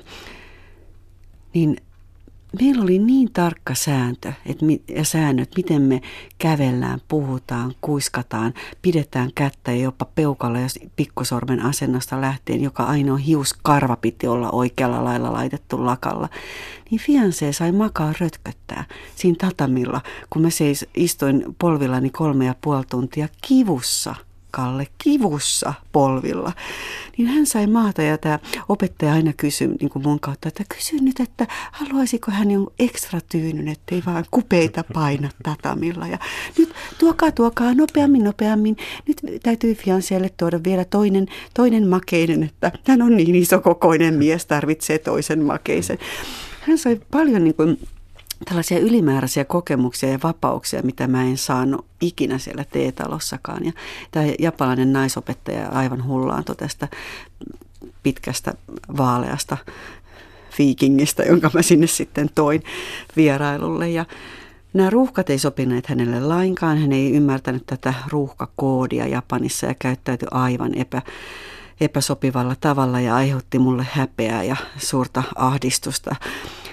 niin meillä oli niin tarkka sääntö ja säännöt, miten me kävellään, puhutaan, kuiskataan, pidetään kättä ja jopa peukalla ja pikkusormen asennosta lähtien, joka ainoa hiuskarva piti olla oikealla lailla laitettu lakalla. Niin fiancé sai makaa rötköttää siinä tatamilla, kun mä istuin polvillani 3,5 tuntia kivussa. Kalle kivussa polvilla, niin hän sai maata ja tämä opettaja aina kysyi niin kuin mun kautta, että kysy nyt, että haluaisiko hän jonkun ekstra tyynyn, ettei vaan kupeita paina tatamilla. Ja nyt tuokaa nopeammin. Nyt täytyy fiancélle tuoda vielä toinen makeinen, että hän on niin isokokoinen mies, tarvitsee toisen makeisen. Hän sai paljon niin kuin tällaisia ylimääräisiä kokemuksia ja vapauksia, mitä mä en saanut ikinä siellä teetalossakaan. Ja tämä japanilainen naisopettaja aivan hullaantui tästä pitkästä vaaleasta viikingistä, jonka mä sinne sitten toin vierailulle. Ja nämä ruuhkat ei sopineet hänelle lainkaan. Hän ei ymmärtänyt tätä ruuhkakoodia Japanissa ja käyttäytyi aivan epäsopivalla tavalla ja aiheutti mulle häpeää ja suurta ahdistusta.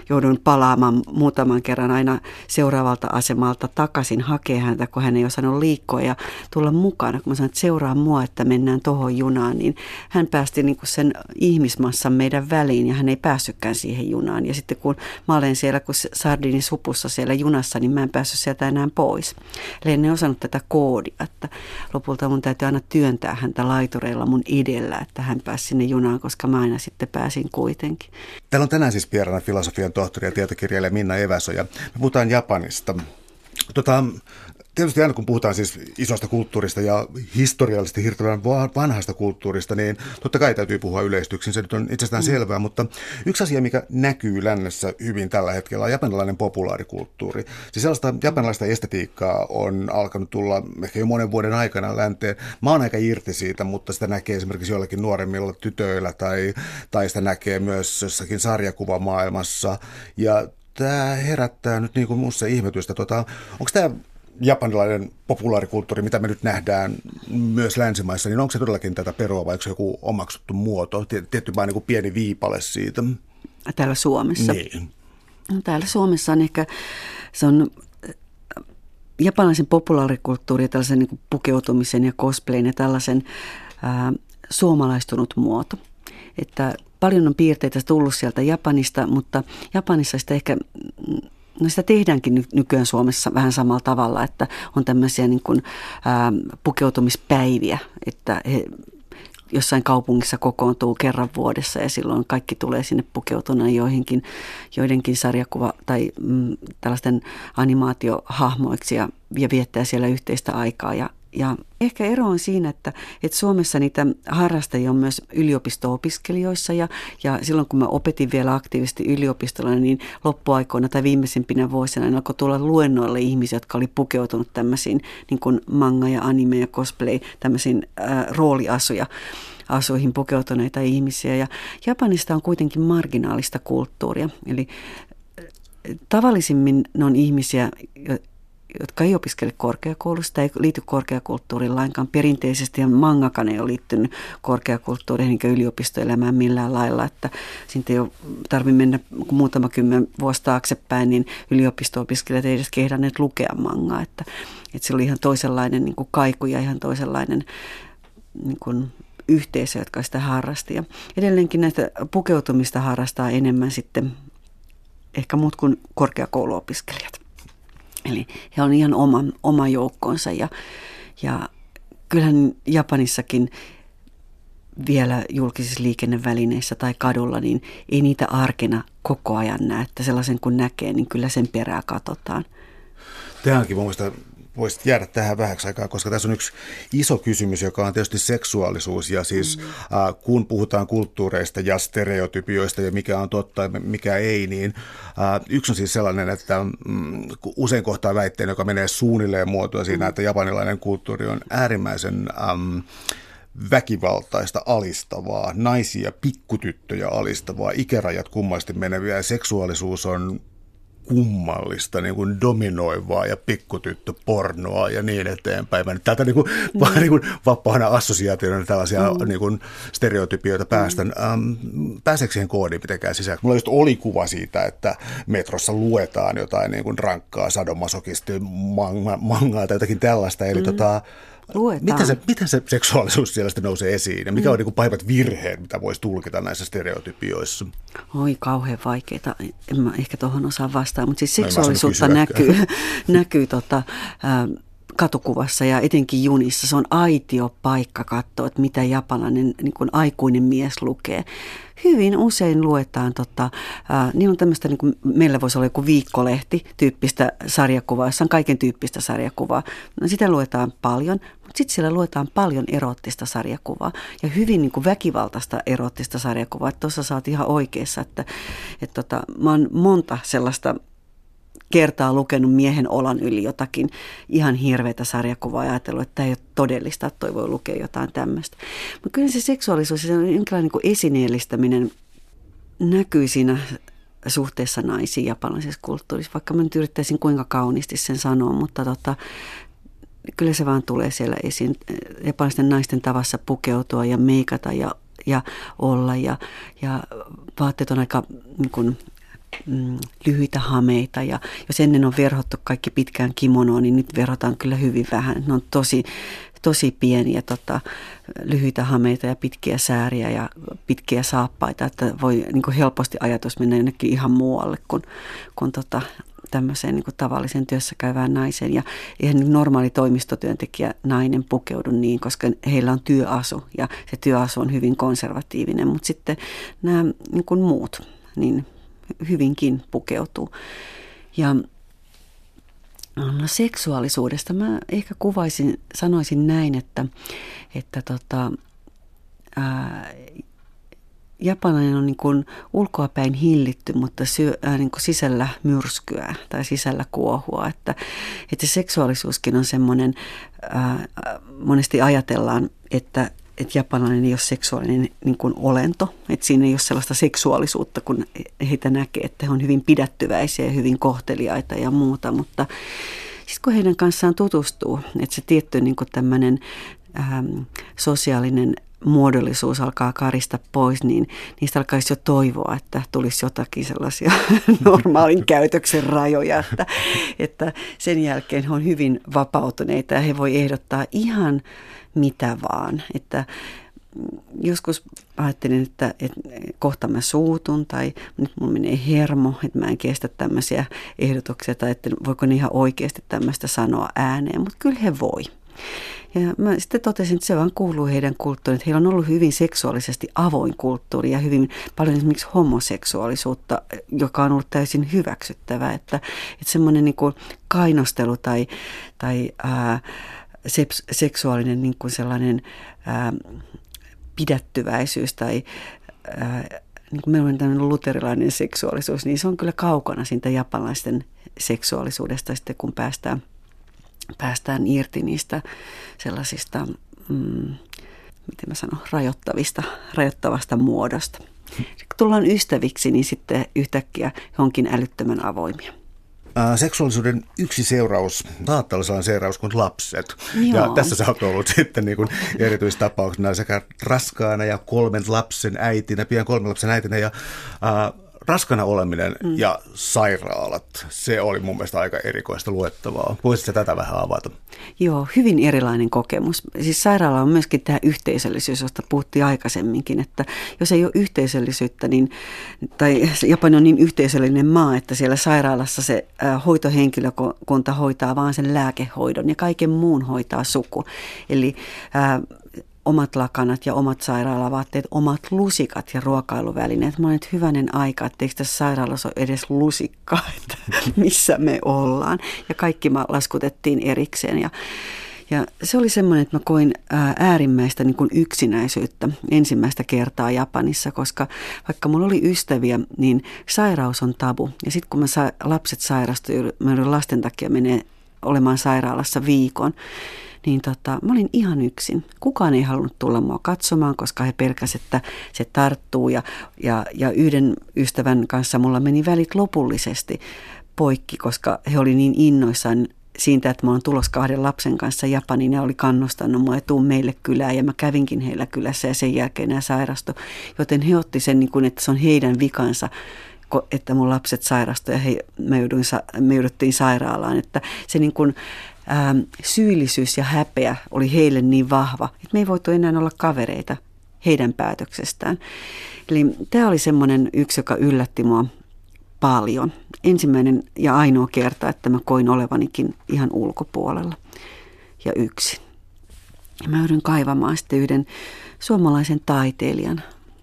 jouduin palaamaan muutaman kerran aina seuraavalta asemalta takaisin hakea häntä, kun hän ei osannut liikkua ja tulla mukana. Kun mä sanoin, että seuraa mua, että mennään tohon junaan, niin hän päästi niin kuin sen ihmismassan meidän väliin ja hän ei päässytkään siihen junaan. Ja sitten kun mä olen siellä, kun sardinisupussa siellä junassa, niin mä en päässyt sieltä enää pois. Eli en osannut tätä koodia, että lopulta mun täytyy aina työntää häntä laitureilla mun edellä, että hän pääsi sinne junaan, koska mä aina sitten pääsin kuitenkin. Täällä on tänään siis vieraana filosofian tohtori ja tietokirjailija Minna Eväsoja. Me puhutaan Japanista. Tietysti aina kun puhutaan siis isosta kulttuurista ja historiallisesti hirveän vanhasta kulttuurista, niin totta kai täytyy puhua yleistyksin, se nyt on itsestään selvää, mutta yksi asia, mikä näkyy lännessä hyvin tällä hetkellä, on japanilainen populaarikulttuuri. Siis sellaista japanilaista estetiikkaa on alkanut tulla ehkä jo monen vuoden aikana länteen. Mä oon aika irti siitä, mutta sitä näkee esimerkiksi joillakin nuoremmilla tytöillä tai sitä näkee myös jossakin sarjakuvamaailmassa. Ja tämä herättää nyt niin kuin minussa ihmetystä. Onko tämä japanilainen populaarikulttuuri, mitä me nyt nähdään myös länsimaissa, niin onko se todellakin tätä perua vai onko se joku omaksuttu muoto, tietty vain niin kuin pieni viipale siitä? Täällä Suomessa? Niin. No, täällä Suomessa on ehkä, se on japanilaisen populaarikulttuuri, tällaisen niin kuin pukeutumisen ja cosplayn ja tällaisen suomalaistunut muoto. Että paljon on piirteitä tullut sieltä Japanista, mutta Japanissa sitä ehkä... No sitä tehdäänkin nykyään Suomessa vähän samalla tavalla, että on tämmöisiä niin kuin, pukeutumispäiviä, että he jossain kaupungissa kokoontuu kerran vuodessa ja silloin kaikki tulee sinne pukeutuneen joidenkin sarjakuva- tai tällaisten animaatiohahmoiksi ja viettää siellä yhteistä aikaa. Ja ehkä ero on siinä, että Suomessa niitä harrastajia on myös yliopisto-opiskelijoissa ja silloin kun mä opetin vielä aktiivisesti yliopistolla, niin loppuaikoina tai viimeisimpinä vuosina niin alkoi tulla luennoille ihmisiä, jotka oli pukeutunut tämmöisiin niin kuin manga ja anime ja cosplay, tämmöisiin asuihin pukeutuneita ihmisiä. Ja Japanista on kuitenkin marginaalista kulttuuria, eli tavallisimmin ne on ihmisiä, jotka ei opiskele korkeakoulusta, ei liity korkeakulttuuriin lainkaan perinteisesti, ja mangakaan ei ole liittynyt korkeakulttuuriin eikä yliopistoelämään millään lailla, että siitä ei ole tarvitse mennä muutama 10 vuosi taaksepäin, niin yliopisto-opiskelijat ei edes kehdänneet lukea mangaa, että se oli ihan toisenlainen niin kuin kaiku ja ihan toisenlainen niin kuin yhteisö, jotka sitä harrasti. Ja edelleenkin näitä pukeutumista harrastaa enemmän sitten ehkä muut kuin korkeakouluopiskelijat. Eli he on ihan oma joukkonsa ja kyllähän Japanissakin vielä julkisissa liikennevälineissä tai kadulla, niin ei niitä arkena koko ajan näe, että sellaisen kun näkee, niin kyllä sen perää katsotaan. Tähänkin mun mielestä voisit jäädä tähän vähäksi aikaa, koska tässä on yksi iso kysymys, joka on tietysti seksuaalisuus. Ja siis kun puhutaan kulttuureista ja stereotypioista ja mikä on totta ja mikä ei, niin yksi on siis sellainen, että usein kohtaa väitteen, joka menee suunnilleen muotoa siinä, että japanilainen kulttuuri on äärimmäisen väkivaltaista, alistavaa, naisia, pikkutyttöjä alistavaa, ikärajat kummasti meneviä ja seksuaalisuus on kummallista, niin kuin dominoivaa ja pikkutyttöpornoa ja niin eteenpäin. Mä nyt täältä niin kuin, vaan niin kuin vapaana assosiaationa tällaisia niin kuin stereotypioita päästän. Pääseekö siihen koodiin mitenkään sisään? Mulla just oli kuva siitä, että metrossa luetaan jotain niin kuin rankkaa sadomasokistia mangaa tai jotakin tällaista. Eli miten se seksuaalisuus siellä sitten nousee esiin ja mikä on niin kuin pahimmat virheet, mitä voisi tulkita näissä stereotypioissa? Oi, kauhean vaikeita. En mä ehkä tuohon osaa vastaa, mutta siis seksuaalisuutta näkyy katukuvassa ja etenkin junissa. Se on aitio paikka katsoa, että mitä japanilainen niin kuin aikuinen mies lukee. Hyvin usein luetaan, niin on tämmöistä, niin kuin meillä voisi olla joku viikkolehti tyyppistä sarjakuvaa, jossa on kaiken tyyppistä sarjakuvaa. No, sitä luetaan paljon, mutta sitten siellä luetaan paljon erottista sarjakuvaa ja hyvin niin kuin väkivaltaista erottista sarjakuvaa. Tuossa sä oot ihan oikeassa, että mä oon monta sellaista kertaa lukenut miehen olan yli jotakin ihan hirveätä sarjakuvaa ja ajatellut, että tämä ei ole todellista, että toi voi lukea jotain tämmöistä. Mutta kyllä se seksuaalisuus ja jonkinlainen niin kuin esineellistäminen näkyy siinä suhteessa naisiin japanilaisessa kulttuurissa, vaikka mä nyt yrittäisin kuinka kauniisti sen sanoa, mutta kyllä se vaan tulee siellä esiin. Japanilaisten naisten tavassa pukeutua ja meikata ja olla ja vaatteet on aika niin kuin lyhyitä hameita ja jos ennen on verhottu kaikki pitkään kimonoon, niin nyt verhotaan kyllä hyvin vähän. Ne on tosi pieniä lyhyitä hameita ja pitkiä sääriä ja pitkiä saappaita, että voi niin kuin helposti ajatus mennä jonnekin ihan muualle kuin tämmöiseen niin kuin tavallisen työssä käyvään naiseen. Ja eihän normaali toimistotyöntekijä nainen pukeudu niin, koska heillä on työasu ja se työasu on hyvin konservatiivinen, mutta sitten nämä niin kuin muut niin hyvinkin pukeutuu. Ja no seksuaalisuudesta mä ehkä sanoisin näin, että japanilainen on niin kuin ulkoapäin hillitty, mutta niin kuin sisällä myrskyä tai sisällä kuohua. Että se seksuaalisuuskin on semmoinen, monesti ajatellaan, että japanilainen ei ole seksuaalinen niin kuin olento. Että siinä ei ole sellaista seksuaalisuutta, kun heitä näkee, että he on hyvin pidättyväisiä ja hyvin kohteliaita ja muuta. Mutta sitten kun heidän kanssaan tutustuu, että se tietty niin kuin tämmöinen sosiaalinen muodollisuus alkaa karista pois, niin niistä alkaisi jo toivoa, että tulisi jotakin sellaisia normaalin käytöksen rajoja, että sen jälkeen he on hyvin vapautuneita ja he voi ehdottaa ihan mitä vaan. Että joskus ajattelin, että kohta mä suutun tai nyt mun menee hermo, että mä en kestä tämmöisiä ehdotuksia tai että voiko ne ihan oikeasti tämmöistä sanoa ääneen, mutta kyllä he voi. Ja mä sitten totesin, että se vaan kuuluu heidän kulttuuriin, että heillä on ollut hyvin seksuaalisesti avoin kulttuuri ja hyvin paljon esimerkiksi homoseksuaalisuutta, joka on ollut täysin hyväksyttävää, että semmoinen niin kuin kainostelu tai seksuaalinen niin kuin sellainen pidättyväisyys tai niin kuin meillä on tämmöinen luterilainen seksuaalisuus, niin se on kyllä kaukana siitä japanilaisten seksuaalisuudesta sitten, kun päästään irti niistä sellaisista, miten mä sanon, rajoittavasta muodosta. Kun tullaan ystäviksi, niin sitten yhtäkkiä onkin älyttömän avoimia. Seksuaalisuuden yksi seuraus saattaa olla sellainen seuraus kuin lapset. Joo. Ja tässä sä oot ollut sitten niin kuin erityistapauksena sekä raskaana ja 3 lapsen äitinä, pian 3 lapsen äitinä ja raskana oleminen ja sairaalat, se oli mun mielestä aika erikoista luettavaa. Voisitko tätä vähän avata? Joo, hyvin erilainen kokemus. Siis sairaala on myöskin tämä yhteisöllisyys, josta puhuttiin aikaisemminkin, että jos ei ole yhteisöllisyyttä, tai Japani on niin yhteisöllinen maa, että siellä sairaalassa se hoitohenkilökunta hoitaa vaan sen lääkehoidon ja kaiken muun hoitaa suku. Eli omat lakanat ja omat sairaalavaatteet, omat lusikat ja ruokailuvälineet. Mä olen nyt hyvänen aika, että eikö tässä sairaalassa ole edes lusikkaa, että missä me ollaan. Ja kaikki laskutettiin erikseen. Ja se oli semmoinen, että mä koin äärimmäistä niin kuin yksinäisyyttä ensimmäistä kertaa Japanissa, koska vaikka mulla oli ystäviä, niin sairaus on tabu. Ja sitten kun lapset sairastuivat, mä joudun lasten takia menee olemaan sairaalassa viikon, niin mä olin ihan yksin. Kukaan ei halunnut tulla mua katsomaan, koska he pelkäsivät, että se tarttuu. Ja yhden ystävän kanssa mulla meni välit lopullisesti poikki, koska he oli niin innoissaan siitä, että mä olen tulossa 2 lapsen kanssa Japaniin ja oli kannustanut mua, että tuu meille kylään. Ja mä kävinkin heillä kylässä ja sen jälkeen nämä sairastui. Joten he otti sen, niin kuin, että se on heidän vikansa, että mun lapset sairastuivat ja me jouduttiin sairaalaan. Että se niin kuin syyllisyys ja häpeä oli heille niin vahva, että me ei voitu enää olla kavereita heidän päätöksestään. Eli tämä oli semmoinen yksi, joka yllätti mua paljon. Ensimmäinen ja ainoa kerta, että mä koin olevanikin ihan ulkopuolella ja yksin. Ja mä joudun kaivamaan sitten yhden suomalaisen taiteilijan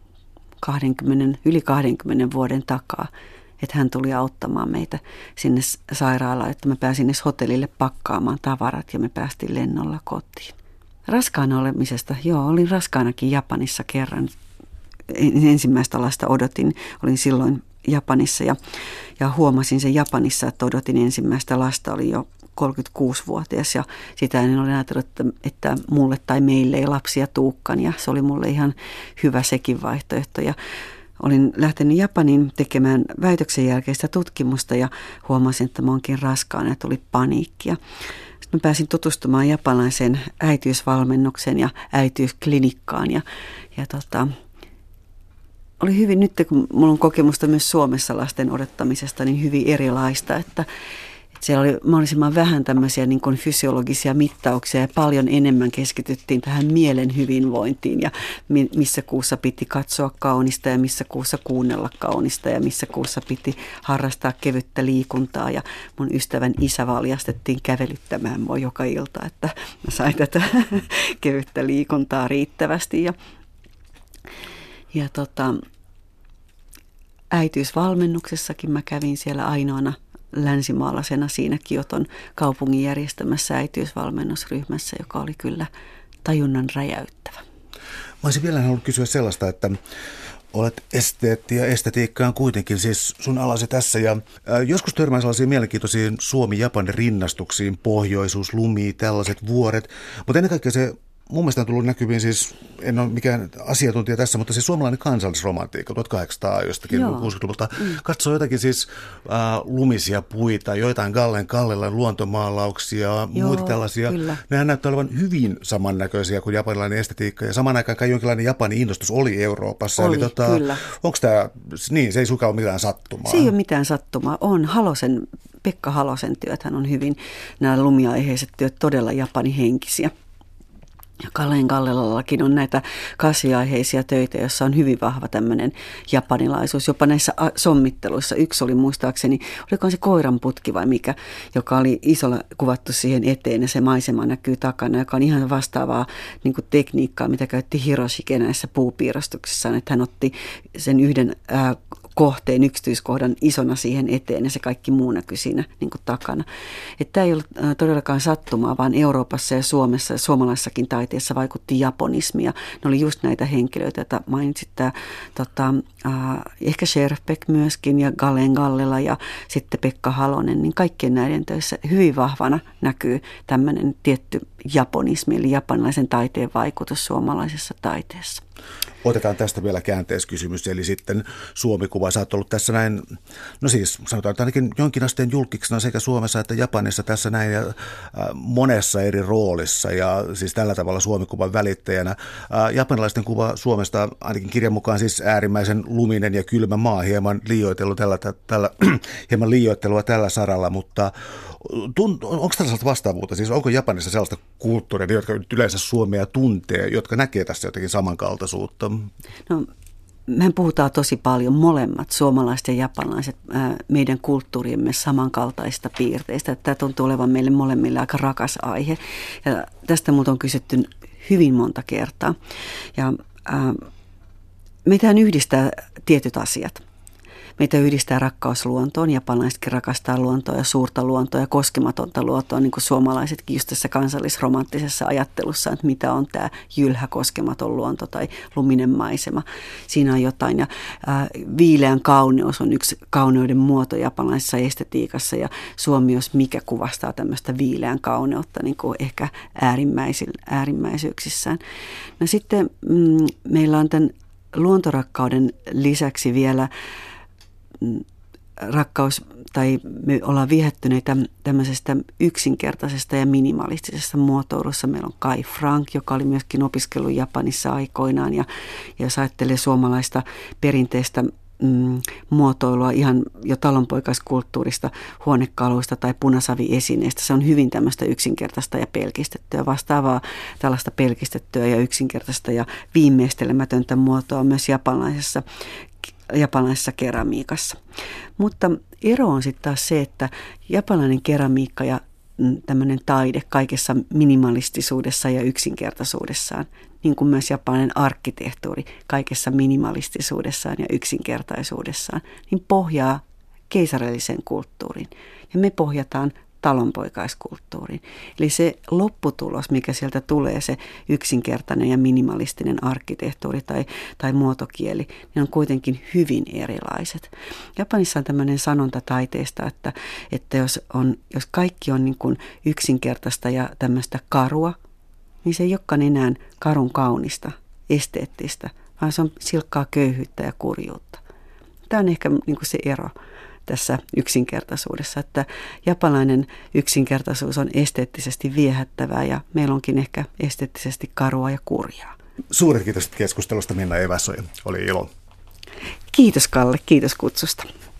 yli 20 vuoden takaa, että hän tuli auttamaan meitä sinne sairaalaan, että mä pääsin edes hotellille pakkaamaan tavarat ja me päästiin lennolla kotiin. Raskaana olemisesta, olin raskaanakin Japanissa kerran. Ensimmäistä lasta olin silloin Japanissa ja huomasin sen Japanissa, että odotin ensimmäistä lasta, oli jo 36-vuotias ja sitä en ole ajatellut, että mulle tai meille ei lapsia tuukkaan ja se oli mulle ihan hyvä sekin vaihtoehto ja olin lähtenyt Japaniin tekemään väitöksen jälkeistä tutkimusta ja huomasin, että mä oonkin raskaana ja tuli paniikkia. Sitten mä pääsin tutustumaan japanilaiseen äitiysvalmennukseen ja äitiysklinikkaan ja oli hyvin, nyt kun minulla on kokemusta myös Suomessa lasten odottamisesta, niin hyvin erilaista, että siellä oli mahdollisimman vähän tämmöisiä niin kuin fysiologisia mittauksia ja paljon enemmän keskityttiin tähän mielen hyvinvointiin ja missä kuussa piti katsoa kaunista ja missä kuussa kuunnella kaunista ja missä kuussa piti harrastaa kevyttä liikuntaa. Ja mun ystävän isä valjastettiin kävelyttämään mua joka ilta, että mä sain tätä kevyttä liikuntaa riittävästi. Ja äitiysvalmennuksessakin mä kävin siellä ainoana länsimaalaisena siinä Kioton kaupungin järjestämässä äitiysvalmennusryhmässä, joka oli kyllä tajunnan räjäyttävä. Mä olisin vielä halunnut kysyä sellaista, että olet esteetti ja estetiikka on kuitenkin siis sun alasi tässä. Ja joskus törmää sellaisiin mielenkiintoisiin Suomi-Japanin rinnastuksiin, pohjoisuus, lumi, tällaiset vuoret, mutta ennen kaikkea se mun mielestä on tullut näkyviin, siis en ole mikään asiantuntija tässä, mutta siis suomalainen kansallisromantiikka 1800 jostakin 60-luvulta katsoo jotakin siis lumisia puita, joitain Gallen luontomaalauksia, muita tällaisia. Kyllä. Nehän näyttää olevan hyvin samannäköisiä kuin japanilainen estetiikka ja saman aikaan jonkinlainen Japanin innostus oli Euroopassa. Oli, eli kyllä. Onko tämä, niin se ei suinkaan ole mitään sattumaa? Se ei ole mitään sattumaa, on Pekka Halosen työthän on hyvin, nämä lumiaiheiset työt todella japanihenkisiä. Ja Kallen Gallelallakin on näitä kasviaiheisia töitä, joissa on hyvin vahva tämmöinen japanilaisuus. Jopa näissä sommitteluissa yksi oli muistaakseni, oliko se koiranputki vai mikä, joka oli isolla kuvattu siihen eteen ja se maisema näkyy takana, joka on ihan vastaavaa niin kuin tekniikkaa, mitä käytti Hiroshige näissä puupiirustuksissaan, että hän otti sen yhden yksityiskohdan isona siihen eteen ja se kaikki muu näkyi siinä niin kuin takana. Että tämä ei ollut todellakaan sattumaa, vaan Euroopassa ja Suomessa ja suomalaisessakin taiteessa vaikutti japonismia. Ne oli just näitä henkilöitä, joita mainitsit, ehkä Scherfbeck myöskin ja Gallela ja sitten Pekka Halonen, niin kaikkien näiden töissä hyvin vahvana näkyy tämmöinen tietty japonismi, eli japanilaisen taiteen vaikutus suomalaisessa taiteessa. Otetaan tästä vielä käänteiskysymys, eli sitten Suomi-kuva. Sä oot ollut tässä näin, no siis sanotaan, että ainakin jonkin asteen julkiksena sekä Suomessa että Japanissa tässä näin ja monessa eri roolissa ja siis tällä tavalla Suomi-kuvan välittäjänä. Japanilaisten kuva Suomesta ainakin kirjan mukaan siis äärimmäisen luminen ja kylmä maa, hieman liioittelua tällä saralla, mutta onko tällaista vastaavuutta? Siis onko Japanissa sellaista kulttuuria, jotka yleensä Suomea tuntee, jotka näkee tässä jotenkin samankaltaisuutta? No, mehän puhutaan tosi paljon molemmat suomalaiset ja japanilaiset meidän kulttuurimme samankaltaista piirteistä. Tämä tuntuu olevan meille molemmille aika rakas aihe. Ja tästä minulta on kysytty hyvin monta kertaa. Ja meitähän yhdistää tietyt asiat. Meitä yhdistää rakkaus luontoon, japanilaisetkin rakastaa luontoa ja suurta luontoa ja koskematonta luontoa, niin kuin suomalaisetkin just tässä kansallisromanttisessa ajattelussa, että mitä on tämä jylhä koskematon luonto tai luminen maisema. Siinä on jotain ja viileän kauneus on yksi kauneuden muoto japanilaisessa estetiikassa ja Suomi, jos mikä kuvastaa tämmöistä viileän kauneutta niin kuin ehkä äärimmäisyyksissään. No sitten meillä on tämän luontorakkauden lisäksi vielä rakkaus, tai me ollaan viehättyneitä tämmöisestä yksinkertaisesta ja minimalistisesta muotoilussa. Meillä on Kai Frank, joka oli myöskin opiskellut Japanissa aikoinaan, ja jos ajattelee suomalaista perinteistä muotoilua ihan jo talonpoikaiskulttuurista, huonekaluista tai punasaviesineistä. Se on hyvin tämmöistä yksinkertaista ja pelkistettyä. Vastaavaa tällaista pelkistettyä ja yksinkertaista ja viimeistelemätöntä muotoa myös japanilaisessa keramiikassa. Mutta ero on sitten taas se, että japanilainen keramiikka ja tämmöinen taide kaikessa minimalistisuudessa ja yksinkertaisuudessaan, niin kuin myös japanilainen arkkitehtuuri kaikessa minimalistisuudessaan ja yksinkertaisuudessaan, niin pohjaa keisaralliseen kulttuuriin. Ja me pohjataan talonpoikaiskulttuuriin. Eli se lopputulos, mikä sieltä tulee, se yksinkertainen ja minimalistinen arkkitehtuuri tai muotokieli, niin on kuitenkin hyvin erilaiset. Japanissa on tämmöinen sanonta taiteesta, että jos kaikki on niin kuin yksinkertaista ja tämmöistä karua, niin se ei olekaan enää karun kaunista, esteettistä, vaan se on silkkaa köyhyyttä ja kurjuutta. Tämä on ehkä niin kuin se ero tässä yksinkertaisuudessa, että japanilainen yksinkertaisuus on esteettisesti viehättävää ja meillä onkin ehkä esteettisesti karua ja kurjaa. Suuret kiitos keskustelusta, Minna Eväsoja. Oli ilo. Kiitos Kalle, kiitos kutsusta.